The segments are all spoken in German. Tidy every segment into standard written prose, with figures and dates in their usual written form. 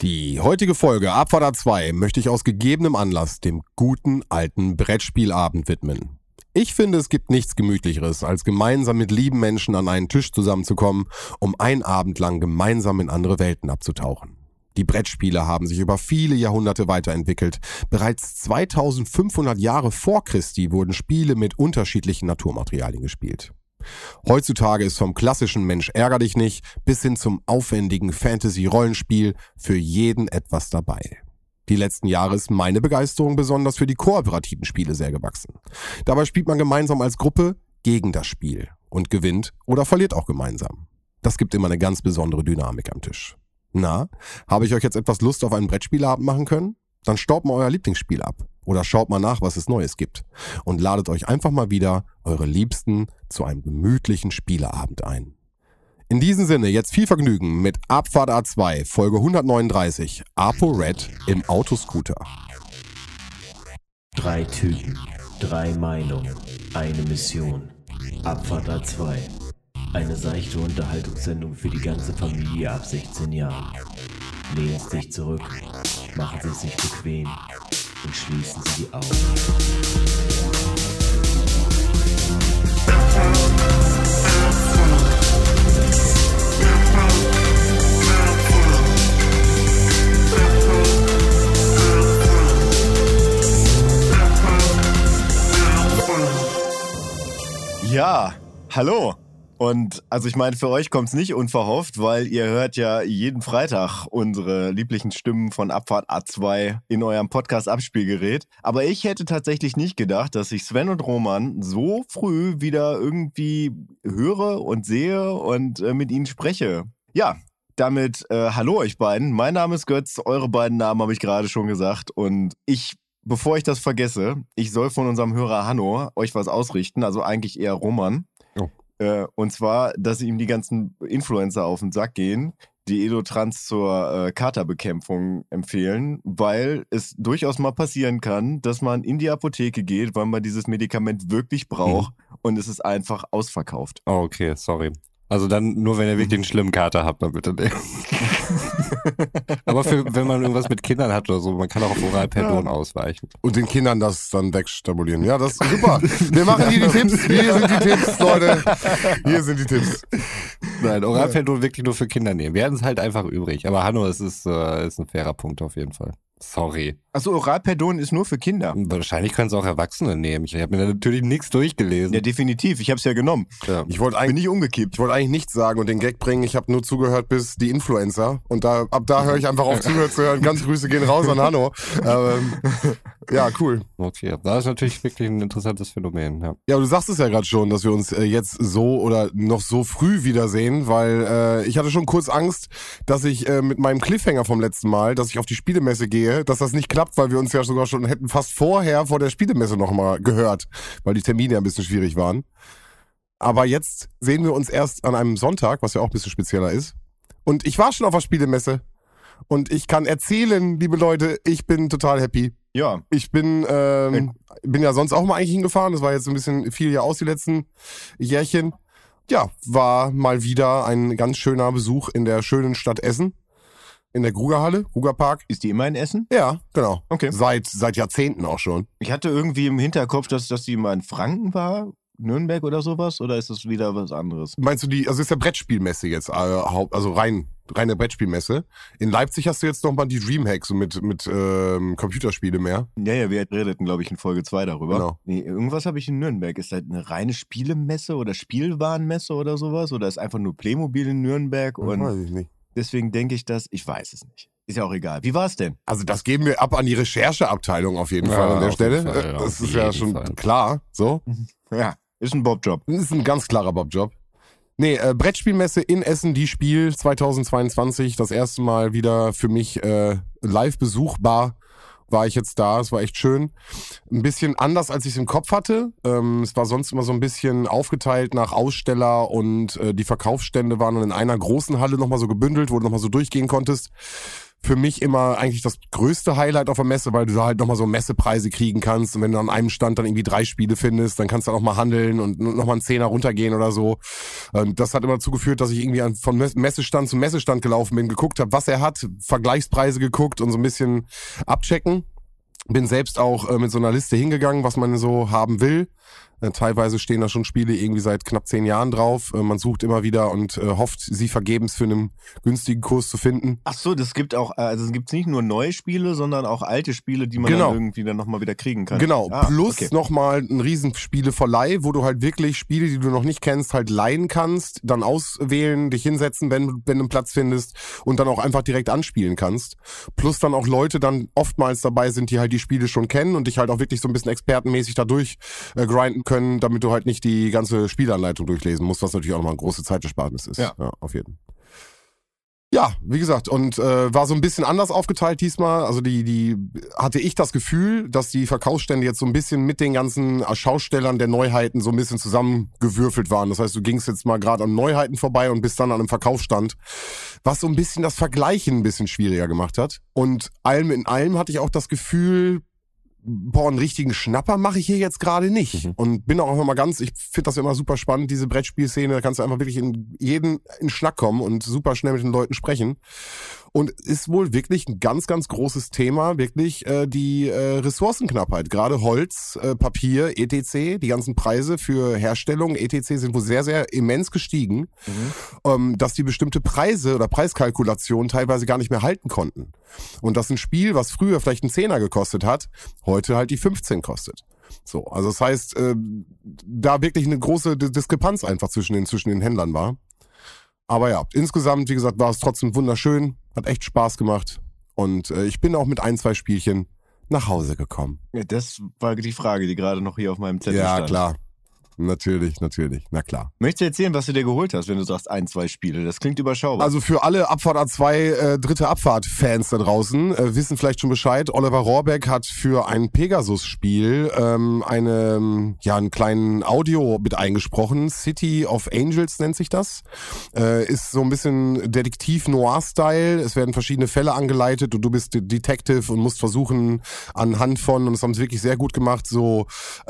Die heutige Folge Abfahrt A2 möchte ich aus gegebenem Anlass dem guten alten Brettspielabend widmen. Ich finde, es gibt nichts Gemütlicheres, als gemeinsam mit lieben Menschen an einen Tisch zusammenzukommen, um einen Abend lang gemeinsam in andere Welten abzutauchen. Die Brettspiele haben sich über viele Jahrhunderte weiterentwickelt. Bereits 2500 Jahre vor Christi wurden Spiele mit unterschiedlichen Naturmaterialien gespielt. Heutzutage ist vom klassischen Mensch ärger dich nicht bis hin zum aufwendigen Fantasy-Rollenspiel für jeden etwas dabei. Die letzten Jahre ist meine Begeisterung besonders für die kooperativen Spiele sehr gewachsen. Dabei spielt man gemeinsam als Gruppe gegen das Spiel und gewinnt oder verliert auch gemeinsam. Das gibt immer eine ganz besondere Dynamik am Tisch. Na, habe ich euch jetzt etwas Lust auf einen Brettspielabend machen können? Dann staubt mal euer Lieblingsspiel ab oder schaut mal nach, was es Neues gibt und ladet euch einfach mal wieder eure Liebsten zu einem gemütlichen Spieleabend ein. In diesem Sinne jetzt viel Vergnügen mit Abfahrt A2, Folge 139, ApoRed im Autoscooter. 3 Typen, 3 Meinungen, eine Mission. Abfahrt A2. Eine seichte Unterhaltungssendung für die ganze Familie ab 16 Jahren. Lehnen Sie sich zurück, machen Sie es sich bequem und schließen Sie die Augen. Ja, hallo. Und also ich meine, für euch kommt's nicht unverhofft, weil ihr hört ja jeden Freitag unsere lieblichen Stimmen von Abfahrt A2 in eurem Podcast-Abspielgerät. Aber ich hätte tatsächlich nicht gedacht, dass ich Sven und Roman so früh wieder irgendwie höre und sehe und mit ihnen spreche. Ja, damit hallo euch beiden. Mein Name ist Götz, eure beiden Namen habe ich gerade schon gesagt. Und bevor ich das vergesse, ich soll von unserem Hörer Hanno euch was ausrichten, also eigentlich eher Roman. Oh. Und zwar, dass ihm die ganzen Influencer auf den Sack gehen, die Edotrans zur Katerbekämpfung empfehlen, weil es durchaus mal passieren kann, dass man in die Apotheke geht, weil man dieses Medikament wirklich braucht und es ist einfach ausverkauft. Oh, okay, sorry. Also dann nur, wenn ihr wirklich einen schlimmen Kater habt, dann bitte nicht. Aber wenn man irgendwas mit Kindern hat oder so, man kann auch auf Oralperdon ausweichen. Und den Kindern das dann wegstabulieren. Ja, das ist super. Wir machen hier die Tipps. Hier sind die Tipps, Leute. Hier sind die Tipps. Nein, Oralperdon wirklich nur für Kinder nehmen. Wir hatten es halt einfach übrig. Aber Hanno, es ist ein fairer Punkt auf jeden Fall. Sorry. Achso, Oralperdon ist nur für Kinder. Wahrscheinlich können es auch Erwachsene nehmen. Ich habe mir da natürlich nichts durchgelesen. Ja, definitiv. Ich habe es ja genommen. Ja. Bin nicht umgekippt. Ich wollte eigentlich nichts sagen und den Gag bringen. Ich habe nur zugehört bis die Influencer. Und ab da höre ich einfach auf, zugehört zu hören. Ganz Grüße gehen raus an Hanno. Ja, cool. Okay, das ist natürlich wirklich ein interessantes Phänomen. Ja, Ja, aber du sagst es ja gerade schon, dass wir uns jetzt so oder noch so früh wiedersehen, weil ich hatte schon kurz Angst, dass ich mit meinem Cliffhanger vom letzten Mal, dass ich auf die Spielemesse gehe, dass das nicht klappt, weil wir uns ja sogar schon hätten fast vor der Spielemesse nochmal gehört, weil die Termine ja ein bisschen schwierig waren. Aber jetzt sehen wir uns erst an einem Sonntag, was ja auch ein bisschen spezieller ist. Und ich war schon auf der Spielemesse und ich kann erzählen, liebe Leute, ich bin total happy. Ja. Ich bin ja sonst auch mal eigentlich hingefahren. Das war jetzt ein bisschen viel ja aus die letzten Jährchen. Ja, war mal wieder ein ganz schöner Besuch in der schönen Stadt Essen. In der Grugerhalle, Grugerpark. Ist die immer in Essen? Ja, genau. Okay. Seit Jahrzehnten auch schon. Ich hatte irgendwie im Hinterkopf, dass die mal in Franken war, Nürnberg oder sowas, oder ist das wieder was anderes? Meinst du also ist ja Brettspielmesse jetzt, also reine Brettspielmesse. In Leipzig hast du jetzt nochmal die Dreamhack, so mit Computerspiele mehr. Ja, wir redeten, glaube ich, in Folge 2 darüber. Genau. Nee, irgendwas habe ich in Nürnberg. Ist das eine reine Spielemesse oder Spielwarenmesse oder sowas? Oder ist einfach nur Playmobil in Nürnberg? Und Weiß ich nicht. deswegen denke ich ich weiß es nicht. Ist ja auch egal. Wie war es denn? Also das geben wir ab an die Rechercheabteilung auf jeden Fall an der auf Stelle. jeden Fall, Das auf ist ja jeden schon Fall. klar, so. Ja, ist ein Bobjob. Das ist ein ganz klarer Bobjob. Nee, Brettspielmesse in Essen, die Spiel 2022. Das erste Mal wieder für mich live besuchbar. War ich jetzt da, es war echt schön. Ein bisschen anders, als ich es im Kopf hatte. Es war sonst immer so ein bisschen aufgeteilt nach Aussteller und die Verkaufsstände waren dann in einer großen Halle nochmal so gebündelt, wo du nochmal so durchgehen konntest. für mich immer eigentlich das größte Highlight auf der Messe, weil du da halt nochmal so Messepreise kriegen kannst und wenn du an einem Stand dann irgendwie 3 Spiele findest, dann kannst du auch mal handeln und nochmal einen Zehner runtergehen oder so. Das hat immer dazu geführt, dass ich irgendwie von Messestand zu Messestand gelaufen bin, geguckt habe, was er hat, Vergleichspreise geguckt und so ein bisschen abchecken. Bin selbst auch mit so einer Liste hingegangen, was man so haben will. Teilweise stehen da schon Spiele irgendwie seit knapp 10 Jahren drauf. Man sucht immer wieder und hofft, sie vergebens für einen günstigen Kurs zu finden. Ach so, das gibt auch, also es gibt nicht nur neue Spiele, sondern auch alte Spiele, die man Genau. dann irgendwie dann nochmal wieder kriegen kann. Genau, plus okay. nochmal ein Riesenspieleverleih, wo du halt wirklich Spiele, die du noch nicht kennst, halt leihen kannst, dann auswählen, dich hinsetzen, wenn du einen Platz findest und dann auch einfach direkt anspielen kannst. Plus dann auch Leute dann oftmals dabei sind, die halt die Spiele schon kennen und dich halt auch wirklich so ein bisschen expertenmäßig da grinden können, damit du halt nicht die ganze Spielanleitung durchlesen musst, was natürlich auch nochmal eine große Zeitersparnis ist. Ja, auf jeden Fall. Ja, wie gesagt, und war so ein bisschen anders aufgeteilt diesmal. Also die hatte ich das Gefühl, dass die Verkaufsstände jetzt so ein bisschen mit den ganzen Schaustellern der Neuheiten so ein bisschen zusammengewürfelt waren. Das heißt, du gingst jetzt mal gerade an Neuheiten vorbei und bist dann an einem Verkaufsstand, was so ein bisschen das Vergleichen ein bisschen schwieriger gemacht hat. Und allem in allem hatte ich auch das Gefühl, einen richtigen Schnapper mache ich hier jetzt gerade nicht. Und bin auch einfach mal ich finde das immer super spannend, diese Brettspielszene, da kannst du einfach wirklich in Schnack kommen und super schnell mit den Leuten sprechen. Und ist wohl wirklich ein ganz, ganz großes Thema, wirklich die Ressourcenknappheit. Gerade Holz, Papier, etc., die ganzen Preise für Herstellung, etc. sind wohl sehr, sehr immens gestiegen, dass die bestimmte Preise oder Preiskalkulationen teilweise gar nicht mehr halten konnten. Und dass ein Spiel, was früher vielleicht einen Zehner gekostet hat, heute halt die 15 kostet. So, also das heißt, da wirklich eine große Diskrepanz einfach zwischen den Händlern war. Aber ja, insgesamt, wie gesagt, war es trotzdem wunderschön, hat echt Spaß gemacht und ich bin auch mit 1, 2 Spielchen nach Hause gekommen. Ja, das war die Frage, die gerade noch hier auf meinem Zettel stand. Ja, klar. Natürlich, na klar. Möchtest du erzählen, was du dir geholt hast, wenn du sagst 1, 2 Spiele? Das klingt überschaubar. Also für alle Abfahrt A2 dritte Abfahrt-Fans da draußen wissen vielleicht schon Bescheid. Oliver Rohrbeck hat für ein Pegasus-Spiel einen kleinen Audio mit eingesprochen. City of Angels nennt sich das. Ist so ein bisschen Detektiv-Noir-Style. Es werden verschiedene Fälle angeleitet und du bist Detective und musst versuchen anhand von, und das haben sie wirklich sehr gut gemacht, so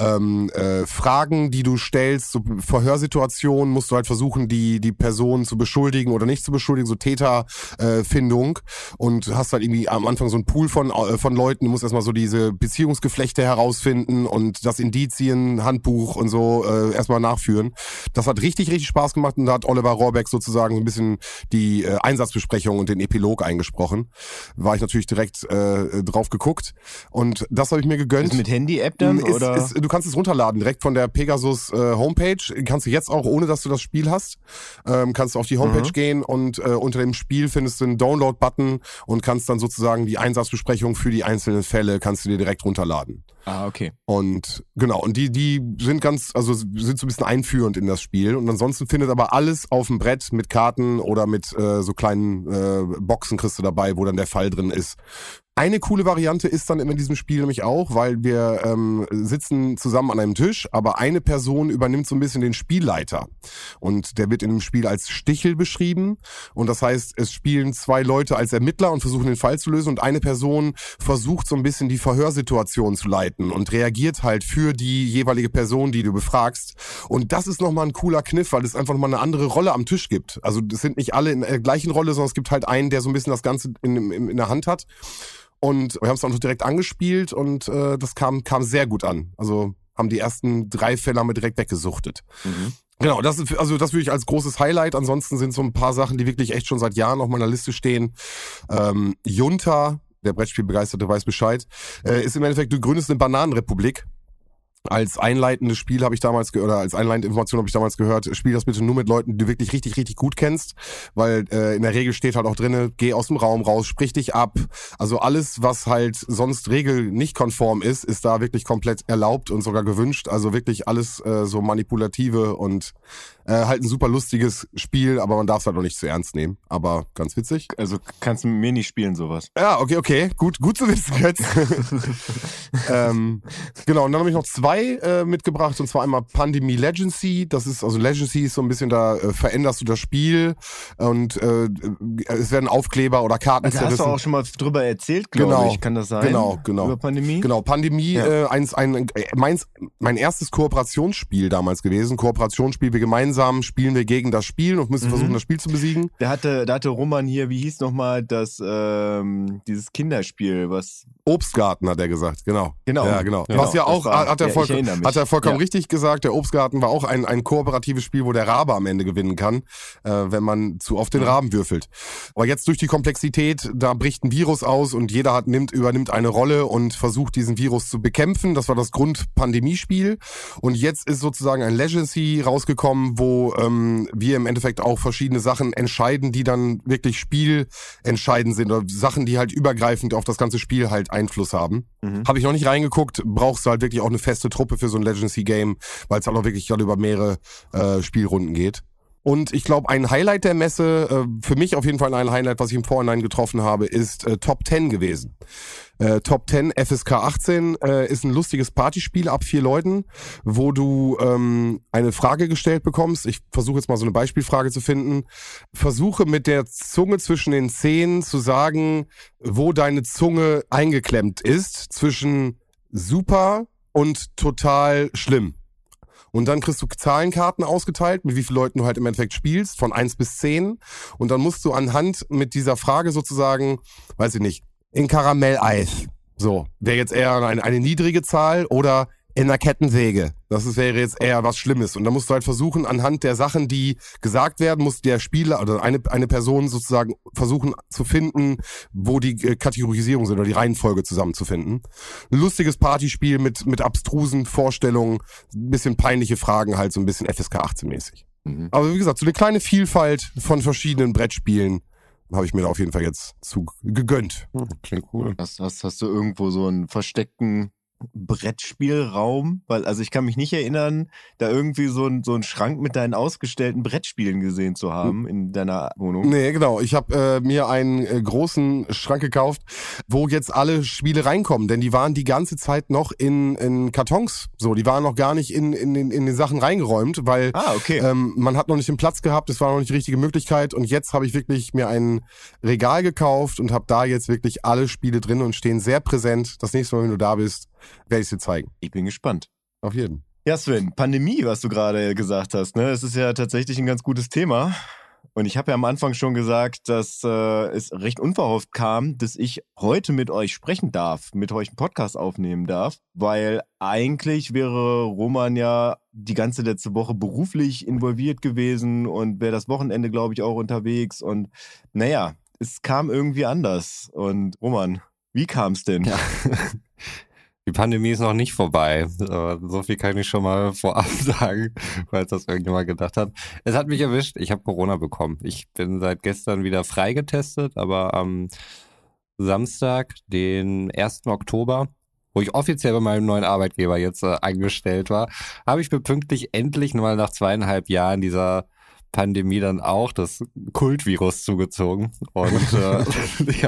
Fragen, die du stellst, so Verhörsituationen, musst du halt versuchen, die Person zu beschuldigen oder nicht zu beschuldigen, so Täterfindung und hast halt irgendwie am Anfang so einen Pool von Leuten, du musst erstmal so diese Beziehungsgeflechte herausfinden und das Indizien-Handbuch und so erstmal nachführen. Das hat richtig, richtig Spaß gemacht und da hat Oliver Rohrbeck sozusagen so ein bisschen die Einsatzbesprechung und den Epilog eingesprochen. War ich natürlich direkt drauf geguckt und das habe ich mir gegönnt. Ist mit Handy-App dann? Oder? Du kannst es runterladen, direkt von der Pegasus Homepage. Kannst du jetzt auch, ohne dass du das Spiel hast, kannst du auf die Homepage gehen und unter dem Spiel findest du einen Download-Button und kannst dann sozusagen die Einsatzbesprechung für die einzelnen Fälle kannst du dir direkt runterladen. Ah, okay. Und genau, und die sind sind so ein bisschen einführend in das Spiel und ansonsten findet aber alles auf dem Brett mit Karten oder mit so kleinen Boxen kriegst du dabei, wo dann der Fall drin ist. Eine coole Variante ist dann in diesem Spiel nämlich auch, weil wir sitzen zusammen an einem Tisch, aber eine Person übernimmt so ein bisschen den Spielleiter. Und der wird in dem Spiel als Stichel beschrieben. Und das heißt, es spielen 2 Leute als Ermittler und versuchen den Fall zu lösen. Und eine Person versucht so ein bisschen die Verhörsituation zu leiten und reagiert halt für die jeweilige Person, die du befragst. Und das ist nochmal ein cooler Kniff, weil es einfach nochmal eine andere Rolle am Tisch gibt. Also das sind nicht alle in der gleichen Rolle, sondern es gibt halt einen, der so ein bisschen das Ganze in der Hand hat. Und wir haben es dann auch direkt angespielt und das kam sehr gut an. Also haben die ersten 3 Fälle haben wir direkt weggesuchtet. Genau, das würde ich als großes Highlight. Ansonsten sind so ein paar Sachen, die wirklich echt schon seit Jahren auf meiner Liste stehen. Junta, der Brettspielbegeisterte weiß Bescheid, ist im Endeffekt, du gründest eine Bananenrepublik. Als einleitendes Spiel habe ich damals als einleitende Information habe ich damals gehört, spiel das bitte nur mit Leuten, die du wirklich richtig, richtig gut kennst, weil in der Regel steht halt auch drinne, geh aus dem Raum raus, sprich dich ab. Also alles, was halt sonst Regel nicht konform ist da wirklich komplett erlaubt und sogar gewünscht. Also wirklich alles so manipulative und Halt ein super lustiges Spiel, aber man darf es halt auch nicht zu ernst nehmen. Aber ganz witzig. Also kannst du mit mir nicht spielen, sowas. Ja, okay. Gut zu wissen jetzt. Genau, und dann habe ich noch 2 mitgebracht, und zwar einmal Pandemie Legacy. Legacy ist so ein bisschen, da veränderst du das Spiel und es werden Aufkleber oder Karten Also zerrissen. hast du auch schon mal drüber erzählt, glaube ich. Kann das sein? Genau. Über Pandemie? Genau, Pandemie, Ja. mein erstes Kooperationsspiel damals gewesen. Kooperationsspiel, wir gemeinsam spielen wir gegen das Spiel und müssen versuchen, das Spiel zu besiegen. Da hatte Roman hier, wie hieß nochmal dieses Kinderspiel, was... Obstgarten, hat er gesagt, genau. Genau. Ja, genau. Genau, Was ja auch, das war- hat er ja, ich erinnere mich. vollkommen Ja. richtig gesagt, der Obstgarten war auch ein kooperatives Spiel, wo der Rabe am Ende gewinnen kann, wenn man zu oft den Raben würfelt. Aber jetzt durch die Komplexität, da bricht ein Virus aus und jeder übernimmt eine Rolle und versucht, diesen Virus zu bekämpfen. Das war das Grund-Pandemiespiel. Und jetzt ist sozusagen ein Legacy rausgekommen, wo wir im Endeffekt auch verschiedene Sachen entscheiden, die dann wirklich spielentscheidend sind, oder Sachen, die halt übergreifend auf das ganze Spiel halt Einfluss haben. Habe ich noch nicht reingeguckt, brauchst du halt wirklich auch eine feste Truppe für so ein Legacy-Game, weil es halt auch wirklich gerade über mehrere Spielrunden geht. Und ich glaube, ein Highlight der Messe, für mich auf jeden Fall ein Highlight, was ich im Vorhinein getroffen habe, ist Top 10 gewesen. Top 10 FSK 18 ist ein lustiges Partyspiel ab 4 Leuten, wo du eine Frage gestellt bekommst. Ich versuche jetzt mal so eine Beispielfrage zu finden. Versuche mit der Zunge zwischen den Zähnen zu sagen, wo deine Zunge eingeklemmt ist zwischen super und total schlimm. Und dann kriegst du Zahlenkarten ausgeteilt, mit wie vielen Leuten du halt im Endeffekt spielst, von 1 bis 10. Und dann musst du anhand mit dieser Frage sozusagen, weiß ich nicht, in Karamelleis. So, wäre jetzt eher eine niedrige Zahl, oder in einer Kettensäge. Wäre jetzt eher was Schlimmes. Und da musst du halt versuchen, anhand der Sachen, die gesagt werden, muss der Spieler oder eine Person sozusagen versuchen zu finden, wo die Kategorisierung sind oder die Reihenfolge zusammenzufinden. Ein lustiges Partyspiel mit abstrusen Vorstellungen, ein bisschen peinliche Fragen, halt so ein bisschen FSK 18-mäßig. Aber wie gesagt, so eine kleine Vielfalt von verschiedenen Brettspielen habe ich mir da auf jeden Fall jetzt zu gegönnt. Klingt cool. Hast du irgendwo so einen versteckten Brettspielraum? Weil, also ich kann mich nicht erinnern, da irgendwie so einen Schrank mit deinen ausgestellten Brettspielen gesehen zu haben in deiner Wohnung. Nee, genau. Ich habe mir einen großen Schrank gekauft, wo jetzt alle Spiele reinkommen. Denn die waren die ganze Zeit noch in Kartons. So, die waren noch gar nicht in den Sachen reingeräumt, weil Okay. man hat noch nicht den Platz gehabt, es war noch nicht die richtige Möglichkeit. Und jetzt habe ich wirklich mir ein Regal gekauft und habe da jetzt wirklich alle Spiele drin und stehen sehr präsent. Das nächste Mal, wenn du da bist, werde ich es dir zeigen. Ich bin gespannt. Auf jeden. Ja, Sven, Pandemie, was du gerade gesagt hast, ne? Es ist ja tatsächlich ein ganz gutes Thema. Und ich habe ja am Anfang schon gesagt, dass es recht unverhofft kam, dass ich heute mit euch sprechen darf, mit euch einen Podcast aufnehmen darf, weil eigentlich wäre Roman ja die ganze letzte Woche beruflich involviert gewesen und wäre das Wochenende, glaube ich, auch unterwegs. Und naja, es kam irgendwie anders. Und Roman, wie kam es denn? Ja. Die Pandemie ist noch nicht vorbei. So viel kann ich schon mal vorab sagen, falls das irgendjemand gedacht hat. Es hat mich erwischt. Ich habe Corona bekommen. Ich bin seit gestern wieder freigetestet, aber am Samstag, den 1. Oktober, wo ich offiziell bei meinem neuen Arbeitgeber jetzt angestellt war, habe ich mir pünktlich endlich mal nach 2,5 Jahren dieser Pandemie dann auch das Kultvirus zugezogen. Und ja,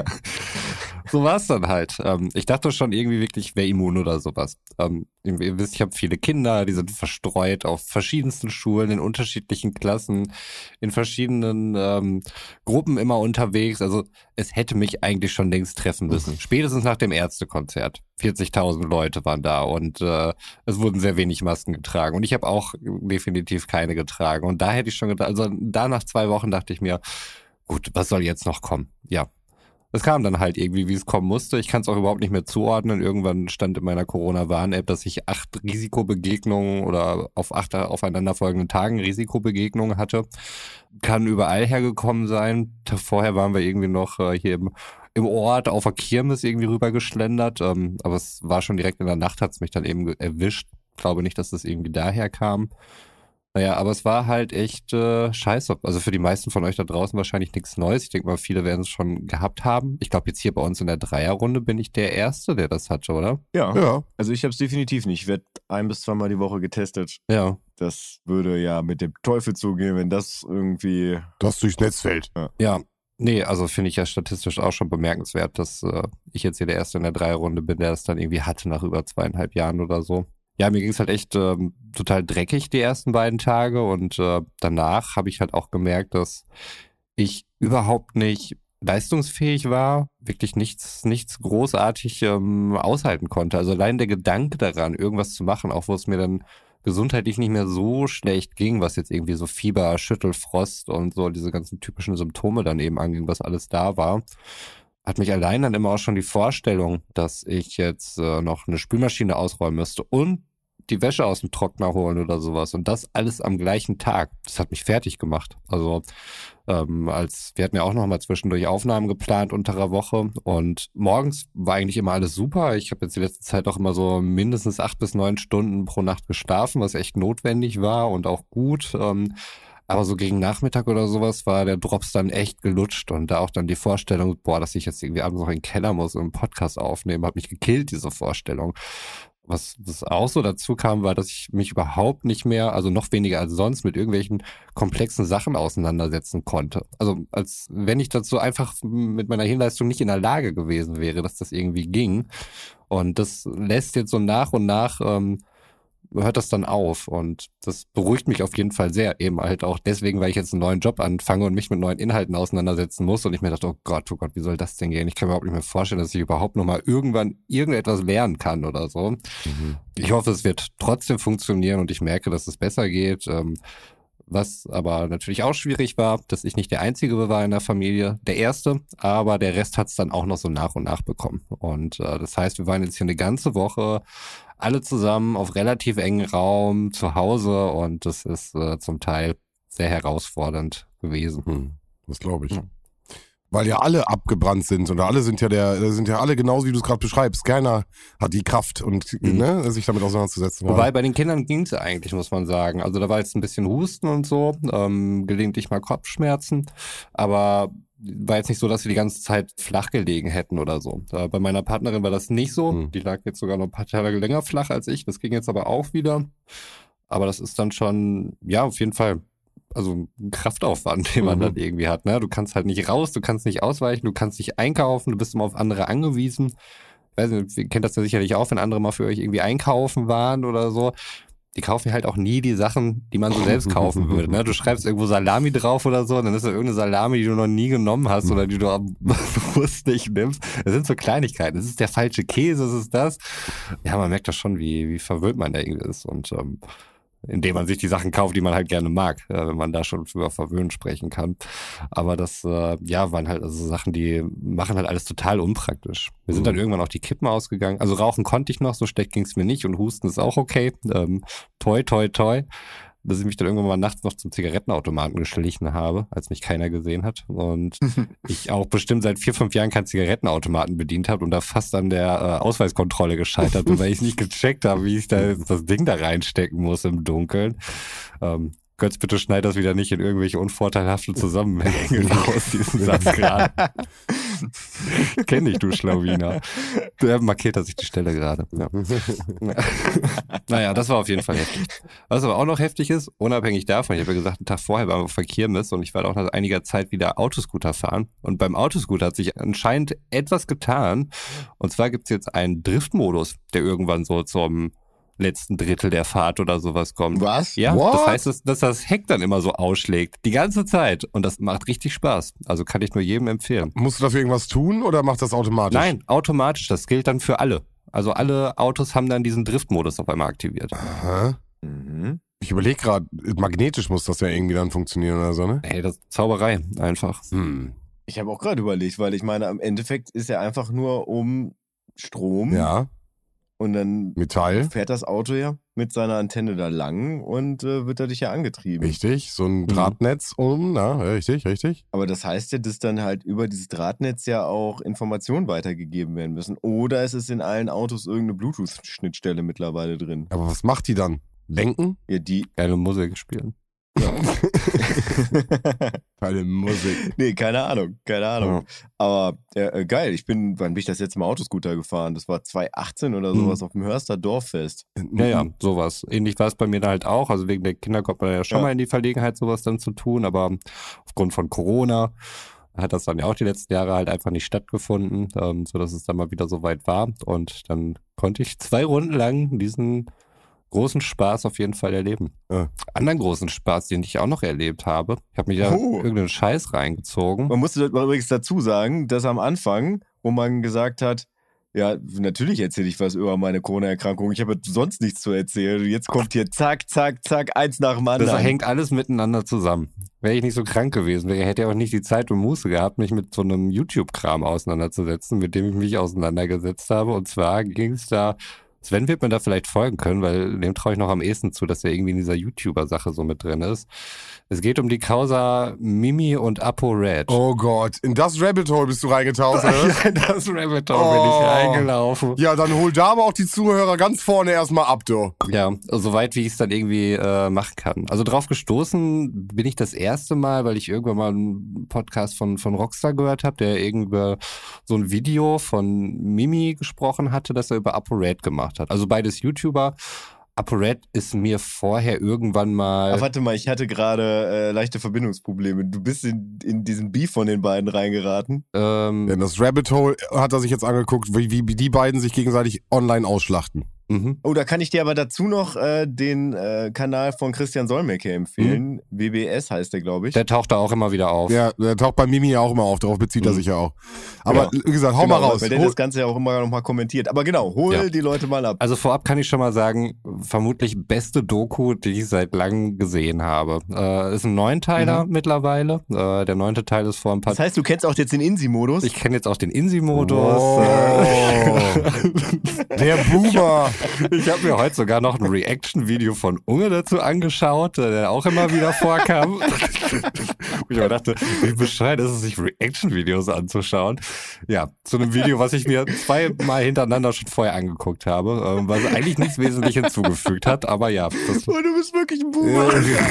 so war es dann halt. Ich dachte schon irgendwie wirklich, ich wäre immun oder sowas. Ihr wisst, ich habe viele Kinder, die sind verstreut auf verschiedensten Schulen, in unterschiedlichen Klassen, in verschiedenen Gruppen immer unterwegs. Also es hätte mich eigentlich schon längst treffen müssen. Spätestens nach dem Ärztekonzert. 40.000 Leute waren da und es wurden sehr wenig Masken getragen. Und ich habe auch definitiv keine getragen. Und da hätte ich schon gedacht, also da nach 2 Wochen dachte ich mir, gut, was soll jetzt noch kommen? Ja. Es kam dann halt irgendwie, wie es kommen musste. Ich kann es auch überhaupt nicht mehr zuordnen. Irgendwann stand in meiner Corona-Warn-App, dass ich 8 Risikobegegnungen oder auf 8 aufeinanderfolgenden Tagen Risikobegegnungen hatte. Kann überall hergekommen sein. Vorher waren wir irgendwie noch hier im Ort auf der Kirmes irgendwie rübergeschlendert. Aber es war schon direkt in der Nacht, hat es mich dann eben erwischt. Ich glaube nicht, dass das irgendwie daher kam. Naja, aber es war halt echt scheiße. Also für die meisten von euch da draußen wahrscheinlich nichts Neues. Ich denke mal, viele werden es schon gehabt haben. Ich glaube, jetzt hier bei uns in der Dreierrunde bin ich der Erste, der das hatte, oder? Ja. Ja. Also ich habe es definitiv nicht. Ich werde 1- bis 2-mal die Woche getestet. Ja. Das würde ja mit dem Teufel zugehen, wenn das irgendwie... Das durchs Netz fällt. Ja, nee, also finde ich ja statistisch auch schon bemerkenswert, dass ich jetzt hier der Erste in der Dreierrunde bin, der das dann irgendwie hatte nach über 2,5 Jahren oder so. Ja, mir ging es halt echt total dreckig die ersten beiden Tage und danach habe ich halt auch gemerkt, dass ich überhaupt nicht leistungsfähig war, wirklich nichts großartig aushalten konnte. Also allein der Gedanke daran, irgendwas zu machen, auch wo es mir dann gesundheitlich nicht mehr so schlecht ging, was jetzt irgendwie so Fieber, Schüttelfrost und so diese ganzen typischen Symptome dann eben anging, was alles da war, hat mich allein dann immer auch schon die Vorstellung, dass ich jetzt noch eine Spülmaschine ausräumen müsste und die Wäsche aus dem Trockner holen oder sowas und das alles am gleichen Tag. Das hat mich fertig gemacht. Also wir hatten ja auch noch mal zwischendurch Aufnahmen geplant unter der Woche und morgens war eigentlich immer alles super. Ich habe jetzt die letzte Zeit auch immer so mindestens 8 bis 9 Stunden pro Nacht geschlafen, was echt notwendig war und auch gut. Aber so gegen Nachmittag oder sowas war der Drops dann echt gelutscht und da auch dann die Vorstellung, boah, dass ich jetzt irgendwie abends noch in den Keller muss und einen Podcast aufnehmen, hat mich gekillt, diese Vorstellung. Was auch so dazu kam, war, dass ich mich überhaupt nicht mehr, also noch weniger als sonst, mit irgendwelchen komplexen Sachen auseinandersetzen konnte. Also als wenn ich dazu einfach mit meiner Hirnleistung nicht in der Lage gewesen wäre, dass das irgendwie ging. Und das lässt jetzt so nach und nach hört das dann auf und das beruhigt mich auf jeden Fall sehr, eben halt auch deswegen, weil ich jetzt einen neuen Job anfange und mich mit neuen Inhalten auseinandersetzen muss und ich mir dachte, oh Gott, wie soll das denn gehen? Ich kann mir überhaupt nicht mehr vorstellen, dass ich überhaupt nochmal irgendwann irgendetwas lernen kann oder so. Ich hoffe, es wird trotzdem funktionieren und ich merke, dass es besser geht. Was aber natürlich auch schwierig war, dass ich nicht der Einzige war in der Familie, der Erste, aber der Rest hat es dann auch noch so nach und nach bekommen. Und das heißt, wir waren jetzt hier eine ganze Woche alle zusammen auf relativ engen Raum zu Hause und das ist zum Teil sehr herausfordernd gewesen. Das glaube ich. Weil ja alle abgebrannt sind und alle sind ja alle genauso, wie du es gerade beschreibst. Keiner hat die Kraft und sich damit auseinanderzusetzen. Wobei bei den Kindern ging es eigentlich, muss man sagen. Also da war jetzt ein bisschen Husten und so, gelegentlich mal Kopfschmerzen, aber war jetzt nicht so, dass sie die ganze Zeit flach gelegen hätten oder so. Bei meiner Partnerin war das nicht so. Die lag jetzt sogar noch ein paar Tage länger flach als ich. Das ging jetzt aber auch wieder. Aber das ist dann schon, ja, auf jeden Fall, also ein Kraftaufwand, den man dann irgendwie hat. Ne? Du kannst halt nicht raus, du kannst nicht ausweichen, du kannst nicht einkaufen, du bist immer auf andere angewiesen. Ich weiß nicht, ihr kennt das ja sicherlich auch, wenn andere mal für euch irgendwie einkaufen waren oder so. Die kaufen halt auch nie die Sachen, die man so selbst kaufen würde. Ne? Du schreibst irgendwo Salami drauf oder so, und dann ist da irgendeine Salami, die du noch nie genommen hast oder die du bewusst nicht nimmst. Das sind so Kleinigkeiten. Das ist der falsche Käse, das ist das. Ja, man merkt das schon, wie verwöhnt man da irgendwie ist. Und indem man sich die Sachen kauft, die man halt gerne mag, wenn man da schon über Verwöhnen sprechen kann. Aber das, waren halt also Sachen, die machen halt alles total unpraktisch. Wir sind dann irgendwann auch die Kippen ausgegangen. Also rauchen konnte ich noch, so schlecht ging es mir nicht und Husten ist auch okay. Toi, toi, toi. Dass ich mich dann irgendwann mal nachts noch zum Zigarettenautomaten geschlichen habe, als mich keiner gesehen hat. Und ich auch bestimmt seit 4, 5 Jahren keinen Zigarettenautomaten bedient habe und da fast an der Ausweiskontrolle gescheitert bin, weil ich nicht gecheckt habe, wie ich da das Ding da reinstecken muss im Dunkeln. Götz, bitte schneid das wieder nicht in irgendwelche unvorteilhaften Zusammenhänge raus, diesen Satz gerade. Kenn dich, du Schlawiner. Der markiert sich die Stelle gerade. Ja. Naja, das war auf jeden Fall heftig. Was aber auch noch heftig ist, unabhängig davon, ich habe ja gesagt, einen Tag vorher war auf der Kirmes und ich werde auch nach einiger Zeit wieder Autoscooter fahren. Und beim Autoscooter hat sich anscheinend etwas getan. Und zwar gibt es jetzt einen Driftmodus, der irgendwann so zum letzten Drittel der Fahrt oder sowas kommt. Was? Ja, What? Das heißt, dass das Heck dann immer so ausschlägt. Die ganze Zeit. Und das macht richtig Spaß. Also kann ich nur jedem empfehlen. Musst du dafür irgendwas tun oder macht das automatisch? Nein, automatisch. Das gilt dann für alle. Also alle Autos haben dann diesen Driftmodus auf einmal aktiviert. Aha. Ich überlege gerade, magnetisch muss das ja irgendwie dann funktionieren oder so, ne? Hey, das ist Zauberei. Einfach. Ich habe auch gerade überlegt, weil ich meine, im Endeffekt ist ja einfach nur um Strom. Ja, Und dann Metall. fährt das Auto ja mit seiner Antenne da lang und wird dadurch ja angetrieben. Richtig, so ein Drahtnetz richtig. Aber das heißt ja, dass dann halt über dieses Drahtnetz ja auch Informationen weitergegeben werden müssen. Oder es ist in allen Autos irgendeine Bluetooth-Schnittstelle mittlerweile drin. Aber was macht die dann? Lenken? Ja, die Geile Musik spielen. Keine Musik. Nee, keine Ahnung. Ja. Aber geil, wann bin ich das letzte Mal Autoscooter gefahren? Das war 2018 oder sowas auf dem Hörster Dorffest. Ja, sowas. Ähnlich war es bei mir da halt auch. Also wegen der Kinder kommt man ja schon mal in die Verlegenheit, sowas dann zu tun. Aber aufgrund von Corona hat das dann ja auch die letzten Jahre halt einfach nicht stattgefunden, sodass es dann mal wieder so weit war. Und dann konnte ich 2 Runden lang diesen großen Spaß auf jeden Fall erleben. Anderen großen Spaß, den ich auch noch erlebt habe. Ich habe mich da irgendeinen Scheiß reingezogen. Man musste übrigens dazu sagen, dass am Anfang, wo man gesagt hat, ja, natürlich erzähle ich was über meine Corona-Erkrankung. Ich habe sonst nichts zu erzählen. Jetzt kommt hier zack, zack, zack, eins nach dem anderen. Das hängt alles miteinander zusammen. Wäre ich nicht so krank gewesen, hätte ich auch nicht die Zeit und Muße gehabt, mich mit so einem YouTube-Kram auseinanderzusetzen, mit dem ich mich auseinandergesetzt habe. Und zwar ging es da, Sven wird mir da vielleicht folgen können, weil dem traue ich noch am ehesten zu, dass er irgendwie in dieser YouTuber-Sache so mit drin ist. Es geht um die Causa Mimi und ApoRed. Oh Gott, in das Rabbit Hole bist du reingetaucht, oder? Ja, in das Rabbit Hole bin ich reingelaufen. Ja, dann hol da aber auch die Zuhörer ganz vorne erstmal ab, du. Ja, soweit wie ich es dann irgendwie machen kann. Also drauf gestoßen bin ich das erste Mal, weil ich irgendwann mal einen Podcast von Rockstar gehört habe, der irgendwie so ein Video von Mimi gesprochen hatte, das er über ApoRed gemacht hat. Also beides YouTuber. ApoRed ist mir vorher irgendwann mal... Ach, warte mal, ich hatte gerade leichte Verbindungsprobleme. Du bist in diesen Beef von den beiden reingeraten. In das Rabbit Hole hat er sich jetzt angeguckt, wie die beiden sich gegenseitig online ausschlachten. Mhm. Oh, da kann ich dir aber dazu noch den Kanal von Christian Solmecke empfehlen. WBS heißt der, glaube ich. Der taucht da auch immer wieder auf. Ja, der taucht bei Mimi ja auch immer auf, darauf bezieht er sich ja auch. Aber wie gesagt, hau mal raus. Weil der das Ganze ja auch immer noch mal kommentiert. Aber genau, hol die Leute mal ab. Also vorab kann ich schon mal sagen, vermutlich beste Doku, die ich seit langem gesehen habe. Ist ein 9-Teiler mittlerweile. Der 9. Teil ist vor ein paar... Das heißt, du kennst auch jetzt den Insi-Modus? Ich kenne jetzt auch den Insi-Modus. Oh. Der Boomer. Ich habe mir heute sogar noch ein Reaction-Video von Unge dazu angeschaut, der auch immer wieder vorkam. Und ich mir dachte, wie bescheuert ist es, sich Reaction-Videos anzuschauen. Ja, zu einem Video, was ich mir 2-mal hintereinander schon vorher angeguckt habe, was eigentlich nichts Wesentliches hinzugefügt hat, aber ja. Du bist wirklich ein Boomer.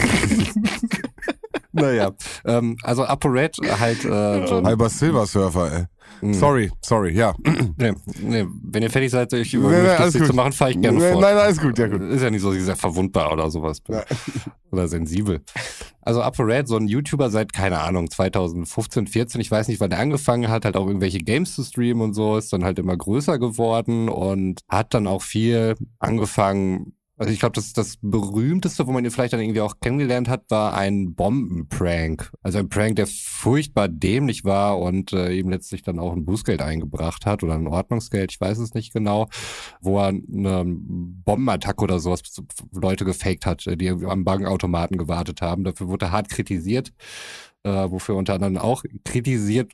Naja, also ApoRed halt so ein... Halber Silver Surfer, ey. Sorry, ja. Nee, wenn ihr fertig seid, euch über mich lustig zu machen, fahre ich gerne fort. Nein, alles gut, ja gut. Ist ja nicht so, dass ich sehr verwundbar oder sowas bin. Ja. Oder sensibel. Also ApoRed, so ein YouTuber seit, keine Ahnung, 2015, 14, ich weiß nicht, wann der angefangen hat, halt auch irgendwelche Games zu streamen und so, ist dann halt immer größer geworden und hat dann auch viel angefangen. Also ich glaube, das berühmteste, wo man ihn vielleicht dann irgendwie auch kennengelernt hat, war ein Bombenprank. Also ein Prank, der furchtbar dämlich war und ihm letztlich dann auch ein Bußgeld eingebracht hat oder ein Ordnungsgeld, ich weiß es nicht genau, wo er eine Bombenattacke oder sowas Leute gefaked hat, die am Bankautomaten gewartet haben. Dafür wurde er hart kritisiert. Wofür unter anderem auch kritisiert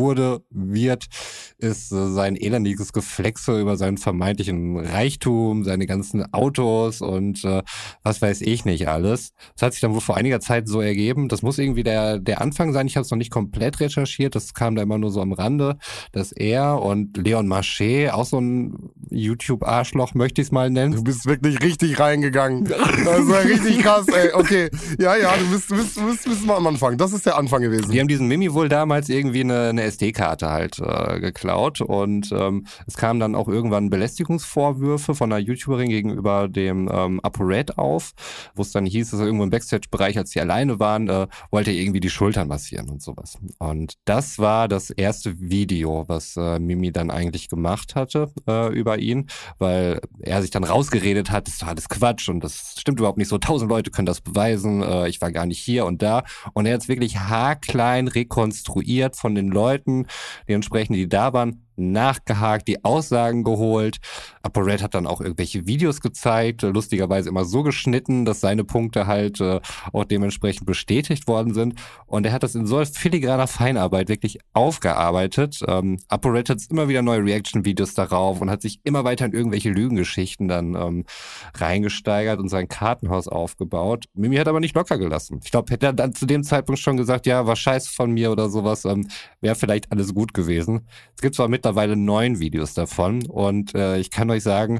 wird, ist sein elendiges Geflexe über seinen vermeintlichen Reichtum, seine ganzen Autos und was weiß ich nicht alles. Das hat sich dann wohl vor einiger Zeit so ergeben. Das muss irgendwie der Anfang sein. Ich habe es noch nicht komplett recherchiert. Das kam da immer nur so am Rande, dass er und Leon Marché, auch so ein YouTube-Arschloch, möchte ich es mal nennen. Du bist wirklich richtig reingegangen. Das war richtig krass, ey. Okay, ja, du bist mal am Anfang. Das ist der Anfang gewesen. Die haben diesen Mimi wohl damals irgendwie eine SD-Karte halt geklaut und es kamen dann auch irgendwann Belästigungsvorwürfe von einer YouTuberin gegenüber dem ApoRed auf, wo es dann hieß, dass er irgendwo im Backstage-Bereich, als die alleine waren, wollte er irgendwie die Schultern massieren und sowas. Und das war das erste Video, was Mimi dann eigentlich gemacht hatte über ihn, weil er sich dann rausgeredet hat, das ist doch alles Quatsch und das stimmt überhaupt nicht so, 1000 Leute können das beweisen, ich war gar nicht hier und da und er hat es wirklich haarklein rekonstruiert von den Leuten, die entsprechend, die da waren, nachgehakt, die Aussagen geholt. ApoRed hat dann auch irgendwelche Videos gezeigt, lustigerweise immer so geschnitten, dass seine Punkte halt auch dementsprechend bestätigt worden sind. Und er hat das in so filigraner Feinarbeit wirklich aufgearbeitet. ApoRed hat immer wieder neue Reaction-Videos darauf und hat sich immer weiter in irgendwelche Lügengeschichten dann reingesteigert und sein Kartenhaus aufgebaut. Mimi hat aber nicht locker gelassen. Ich glaube, hätte er dann zu dem Zeitpunkt schon gesagt, ja, war scheiße von mir oder sowas, wäre vielleicht alles gut gewesen. Es gibt zwar mittlerweile 9 Videos davon und ich kann euch sagen,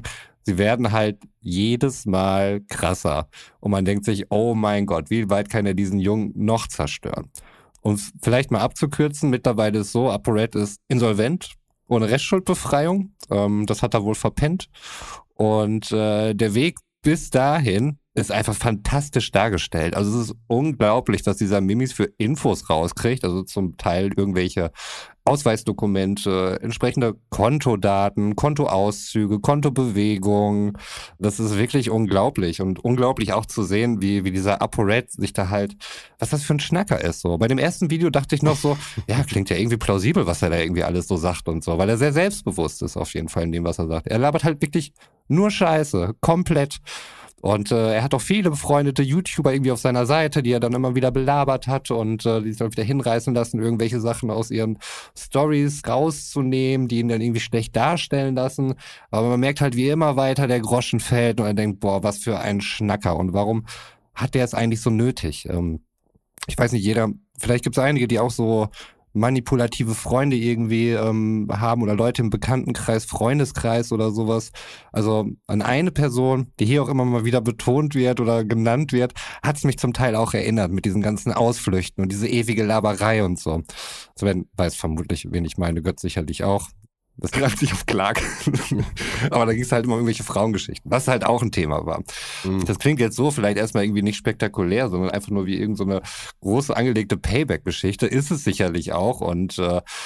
sie werden halt jedes Mal krasser. Und man denkt sich, oh mein Gott, wie weit kann er diesen Jungen noch zerstören? Um es vielleicht mal abzukürzen, mittlerweile ist so, ApoRed ist insolvent, ohne Restschuldbefreiung. Das hat er wohl verpennt. Und der Weg bis dahin ist einfach fantastisch dargestellt. Also es ist unglaublich, dass dieser Mimis für Infos rauskriegt. Also zum Teil irgendwelche Ausweisdokumente, entsprechende Kontodaten, Kontoauszüge, Kontobewegungen. Das ist wirklich unglaublich. Und unglaublich auch zu sehen, wie dieser ApoRed sich da halt, was das für ein Schnacker ist. So. Bei dem ersten Video dachte ich noch so, ja, klingt ja irgendwie plausibel, was er da irgendwie alles so sagt und so, weil er sehr selbstbewusst ist auf jeden Fall in dem, was er sagt. Er labert halt wirklich nur Scheiße, komplett. Und er hat auch viele befreundete YouTuber irgendwie auf seiner Seite, die er dann immer wieder belabert hat und die sich dann wieder hinreißen lassen, irgendwelche Sachen aus ihren Stories rauszunehmen, die ihn dann irgendwie schlecht darstellen lassen. Aber man merkt halt, wie immer weiter der Groschen fällt und er denkt, boah, was für ein Schnacker und warum hat der es eigentlich so nötig? Ich weiß nicht, vielleicht gibt es einige, die auch so manipulative Freunde irgendwie haben oder Leute im Bekanntenkreis, Freundeskreis oder sowas. Also an eine Person, die hier auch immer mal wieder betont wird oder genannt wird, hat es mich zum Teil auch erinnert mit diesen ganzen Ausflüchten und diese ewige Laberei und so. Sven weiß vermutlich, wen ich meine, Götz sicherlich auch. Das greift sich auf Clark. Aber da ging es halt immer um irgendwelche Frauengeschichten, was halt auch ein Thema war. Das klingt jetzt so vielleicht erstmal irgendwie nicht spektakulär, sondern einfach nur wie irgendeine große angelegte Payback-Geschichte. Ist es sicherlich auch und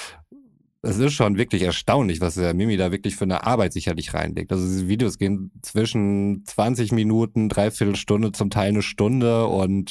es ist schon wirklich erstaunlich, was der Mimi da wirklich für eine Arbeit sicherlich reinlegt. Also diese Videos gehen zwischen 20 Minuten, Dreiviertelstunde, zum Teil eine Stunde und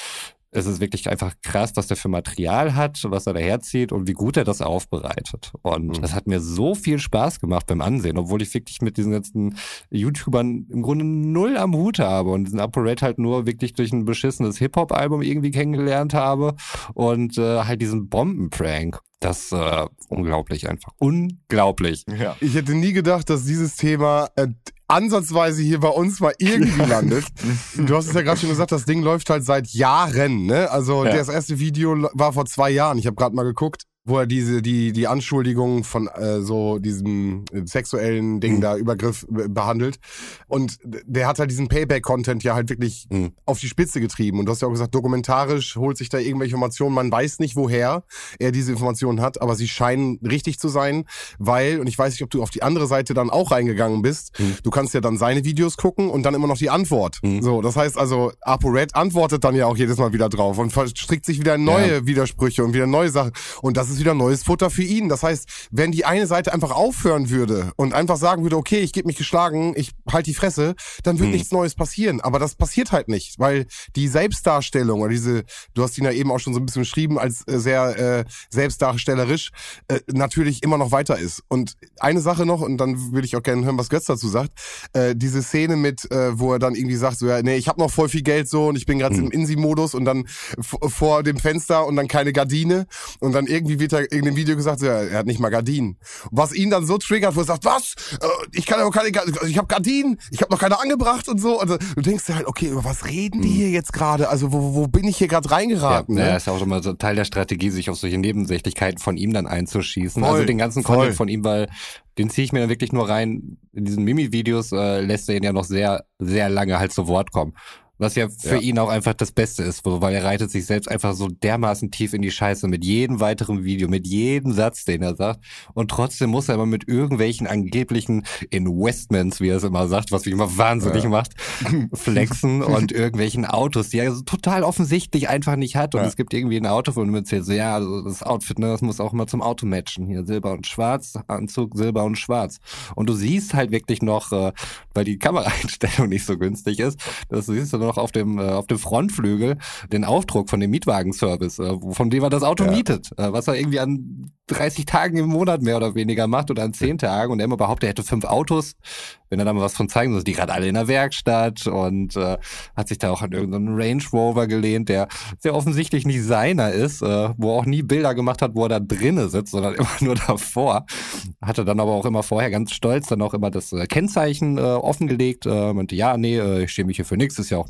es ist wirklich einfach krass, was der für Material hat, was er daherzieht und wie gut er das aufbereitet. Und das hat mir so viel Spaß gemacht beim Ansehen, obwohl ich wirklich mit diesen ganzen YouTubern im Grunde null am Hut habe und diesen ApoRed halt nur wirklich durch ein beschissenes Hip-Hop-Album irgendwie kennengelernt habe und halt diesen Bombenprank. Das unglaublich einfach. Unglaublich. Ja. Ich hätte nie gedacht, dass dieses Thema ansatzweise hier bei uns mal irgendwie landet. Du hast es ja gerade schon gesagt, das Ding läuft halt seit Jahren, ne? Also das erste Video war vor 2 Jahren. Ich habe gerade mal geguckt, wo er die Anschuldigungen von so diesem sexuellen Ding da Übergriff behandelt. Und der hat halt diesen Payback-Content ja halt wirklich auf die Spitze getrieben. Und du hast ja auch gesagt, dokumentarisch holt sich da irgendwelche Informationen. Man weiß nicht, woher er diese Informationen hat, aber sie scheinen richtig zu sein, weil, und ich weiß nicht, ob du auf die andere Seite dann auch reingegangen bist, du kannst ja dann seine Videos gucken und dann immer noch die Antwort. So, das heißt also, ApoRed antwortet dann ja auch jedes Mal wieder drauf und verstrickt sich wieder in neue Widersprüche und wieder neue Sachen. Und das ist wieder neues Futter für ihn. Das heißt, wenn die eine Seite einfach aufhören würde und einfach sagen würde, okay, ich gebe mich geschlagen, ich halte die Fresse, dann wird nichts Neues passieren. Aber das passiert halt nicht, weil die Selbstdarstellung oder du hast ihn ja eben auch schon so ein bisschen beschrieben als sehr selbstdarstellerisch, natürlich immer noch weiter ist. Und eine Sache noch, und dann würde ich auch gerne hören, was Götz dazu sagt, diese Szene mit, wo er dann irgendwie sagt, so, ja, nee, ich habe noch voll viel Geld so und ich bin gerade im Insi-Modus und dann vor dem Fenster und dann keine Gardine und dann irgendwie wird er in dem Video gesagt, so, ja, er hat nicht mal Gardinen. Was ihn dann so triggert, wo er sagt, was? Ich kann aber keine Gardinen, ich habe Gardinen, ich habe noch keine angebracht und so. Also, du denkst dir halt, okay, über was reden die hier jetzt gerade? Also wo bin ich hier gerade reingeraten? Ja, ne? ist ja auch immer so Teil der Strategie, sich auf solche Nebensächlichkeiten von ihm dann einzuschießen. Voll, also den ganzen voll. Content von ihm, weil den ziehe ich mir dann wirklich nur rein. In diesen Mimi-Videos lässt er ihn ja noch sehr, sehr lange halt zu Wort kommen. Was ja für ihn auch einfach das Beste ist, weil er reitet sich selbst einfach so dermaßen tief in die Scheiße mit jedem weiteren Video, mit jedem Satz, den er sagt. Und trotzdem muss er immer mit irgendwelchen angeblichen Investments, wie er es immer sagt, was mich immer wahnsinnig macht, flexen und irgendwelchen Autos, die er so total offensichtlich einfach nicht hat. Und es gibt irgendwie ein Auto, von dem erzählt so, ja, also das Outfit, ne, das muss auch immer zum Auto matchen. Hier Silber und Schwarz, Anzug Silber und Schwarz. Und du siehst halt wirklich noch, weil die Kameraeinstellung nicht so günstig ist, das siehst du noch auf dem Frontflügel den Aufdruck von dem Mietwagenservice, von dem er das Auto mietet, was er irgendwie an 30 Tagen im Monat mehr oder weniger macht oder an 10 Tagen und er immer behauptet, er hätte 5 Autos, wenn er da mal was von zeigen soll, die gerade alle in der Werkstatt und hat sich da auch an irgendeinen Range Rover gelehnt, der sehr offensichtlich nicht seiner ist, wo er auch nie Bilder gemacht hat, wo er da drinnen sitzt, sondern immer nur davor. Hatte dann aber auch immer vorher ganz stolz dann auch immer das Kennzeichen offengelegt, meinte, ja, nee, ich stehe mich hier für nichts, ist ja auch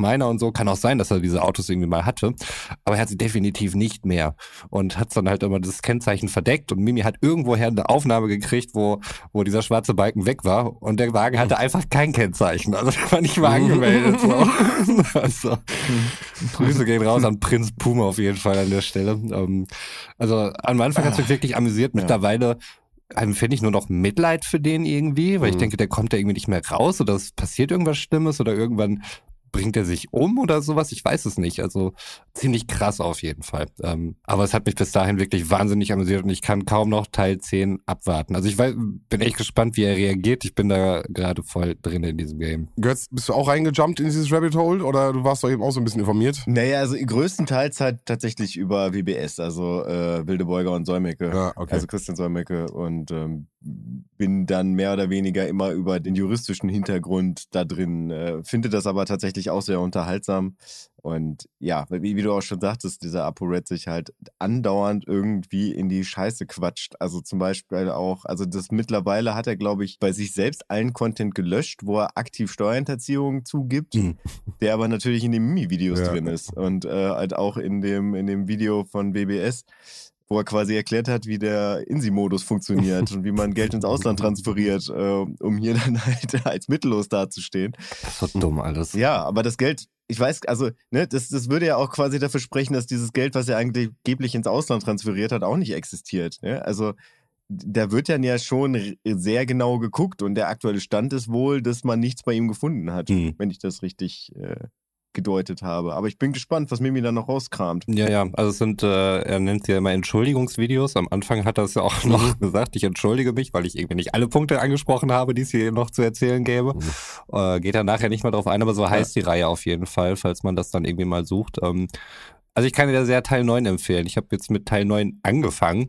meiner und so. Kann auch sein, dass er diese Autos irgendwie mal hatte, aber er hat sie definitiv nicht mehr und hat dann halt immer das Kennzeichen verdeckt und Mimi hat irgendwoher eine Aufnahme gekriegt, wo dieser schwarze Balken weg war und der Wagen hatte einfach kein Kennzeichen, also der war nicht mal angemeldet. So. Also, Grüße gehen raus an Prinz Puma auf jeden Fall an der Stelle. Also am Anfang hat es mich wirklich amüsiert, mittlerweile empfinde ich nur noch Mitleid für den irgendwie, weil ich denke, der kommt ja irgendwie nicht mehr raus oder es passiert irgendwas Schlimmes oder irgendwann bringt er sich um oder sowas? Ich weiß es nicht. Also ziemlich krass auf jeden Fall. Aber es hat mich bis dahin wirklich wahnsinnig amüsiert und ich kann kaum noch Teil 10 abwarten. Also ich bin echt gespannt, wie er reagiert. Ich bin da gerade voll drin in diesem Game. Götz, bist du auch reingejumpt in dieses Rabbit Hole oder du warst doch eben auch so ein bisschen informiert? Naja, also größtenteils halt tatsächlich über WBS, also Wildebeuger und Solmecke. Ja, okay. Also Christian Solmecke und bin dann mehr oder weniger immer über den juristischen Hintergrund da drin. Finde das aber tatsächlich auch sehr unterhaltsam. Und ja, wie du auch schon sagtest, dieser ApoRed sich halt andauernd irgendwie in die Scheiße quatscht. Also zum Beispiel auch, also das mittlerweile hat er, glaube ich, bei sich selbst allen Content gelöscht, wo er aktiv Steuerhinterziehung zugibt, der aber natürlich in den Mimi-Videos drin ist. Und halt auch in dem Video von WBS, wo er quasi erklärt hat, wie der INSI-Modus funktioniert und wie man Geld ins Ausland transferiert, um hier dann halt als mittellos dazustehen. Das ist so dumm alles. Ja, aber das Geld, ich weiß, also, ne, das würde ja auch quasi dafür sprechen, dass dieses Geld, was er eigentlich geblich ins Ausland transferiert hat, auch nicht existiert. Ne? Also, da wird dann ja schon sehr genau geguckt und der aktuelle Stand ist wohl, dass man nichts bei ihm gefunden hat, wenn ich das richtig gedeutet habe. Aber ich bin gespannt, was Mimi dann noch rauskramt. Ja, also es sind, er nennt sie ja immer Entschuldigungsvideos. Am Anfang hat er es ja auch noch gesagt, ich entschuldige mich, weil ich irgendwie nicht alle Punkte angesprochen habe, die es hier noch zu erzählen gäbe. Geht er nachher nicht mal drauf ein, aber so heißt die Reihe auf jeden Fall, falls man das dann irgendwie mal sucht. Also ich kann dir sehr Teil 9 empfehlen. Ich habe jetzt mit Teil 9 angefangen,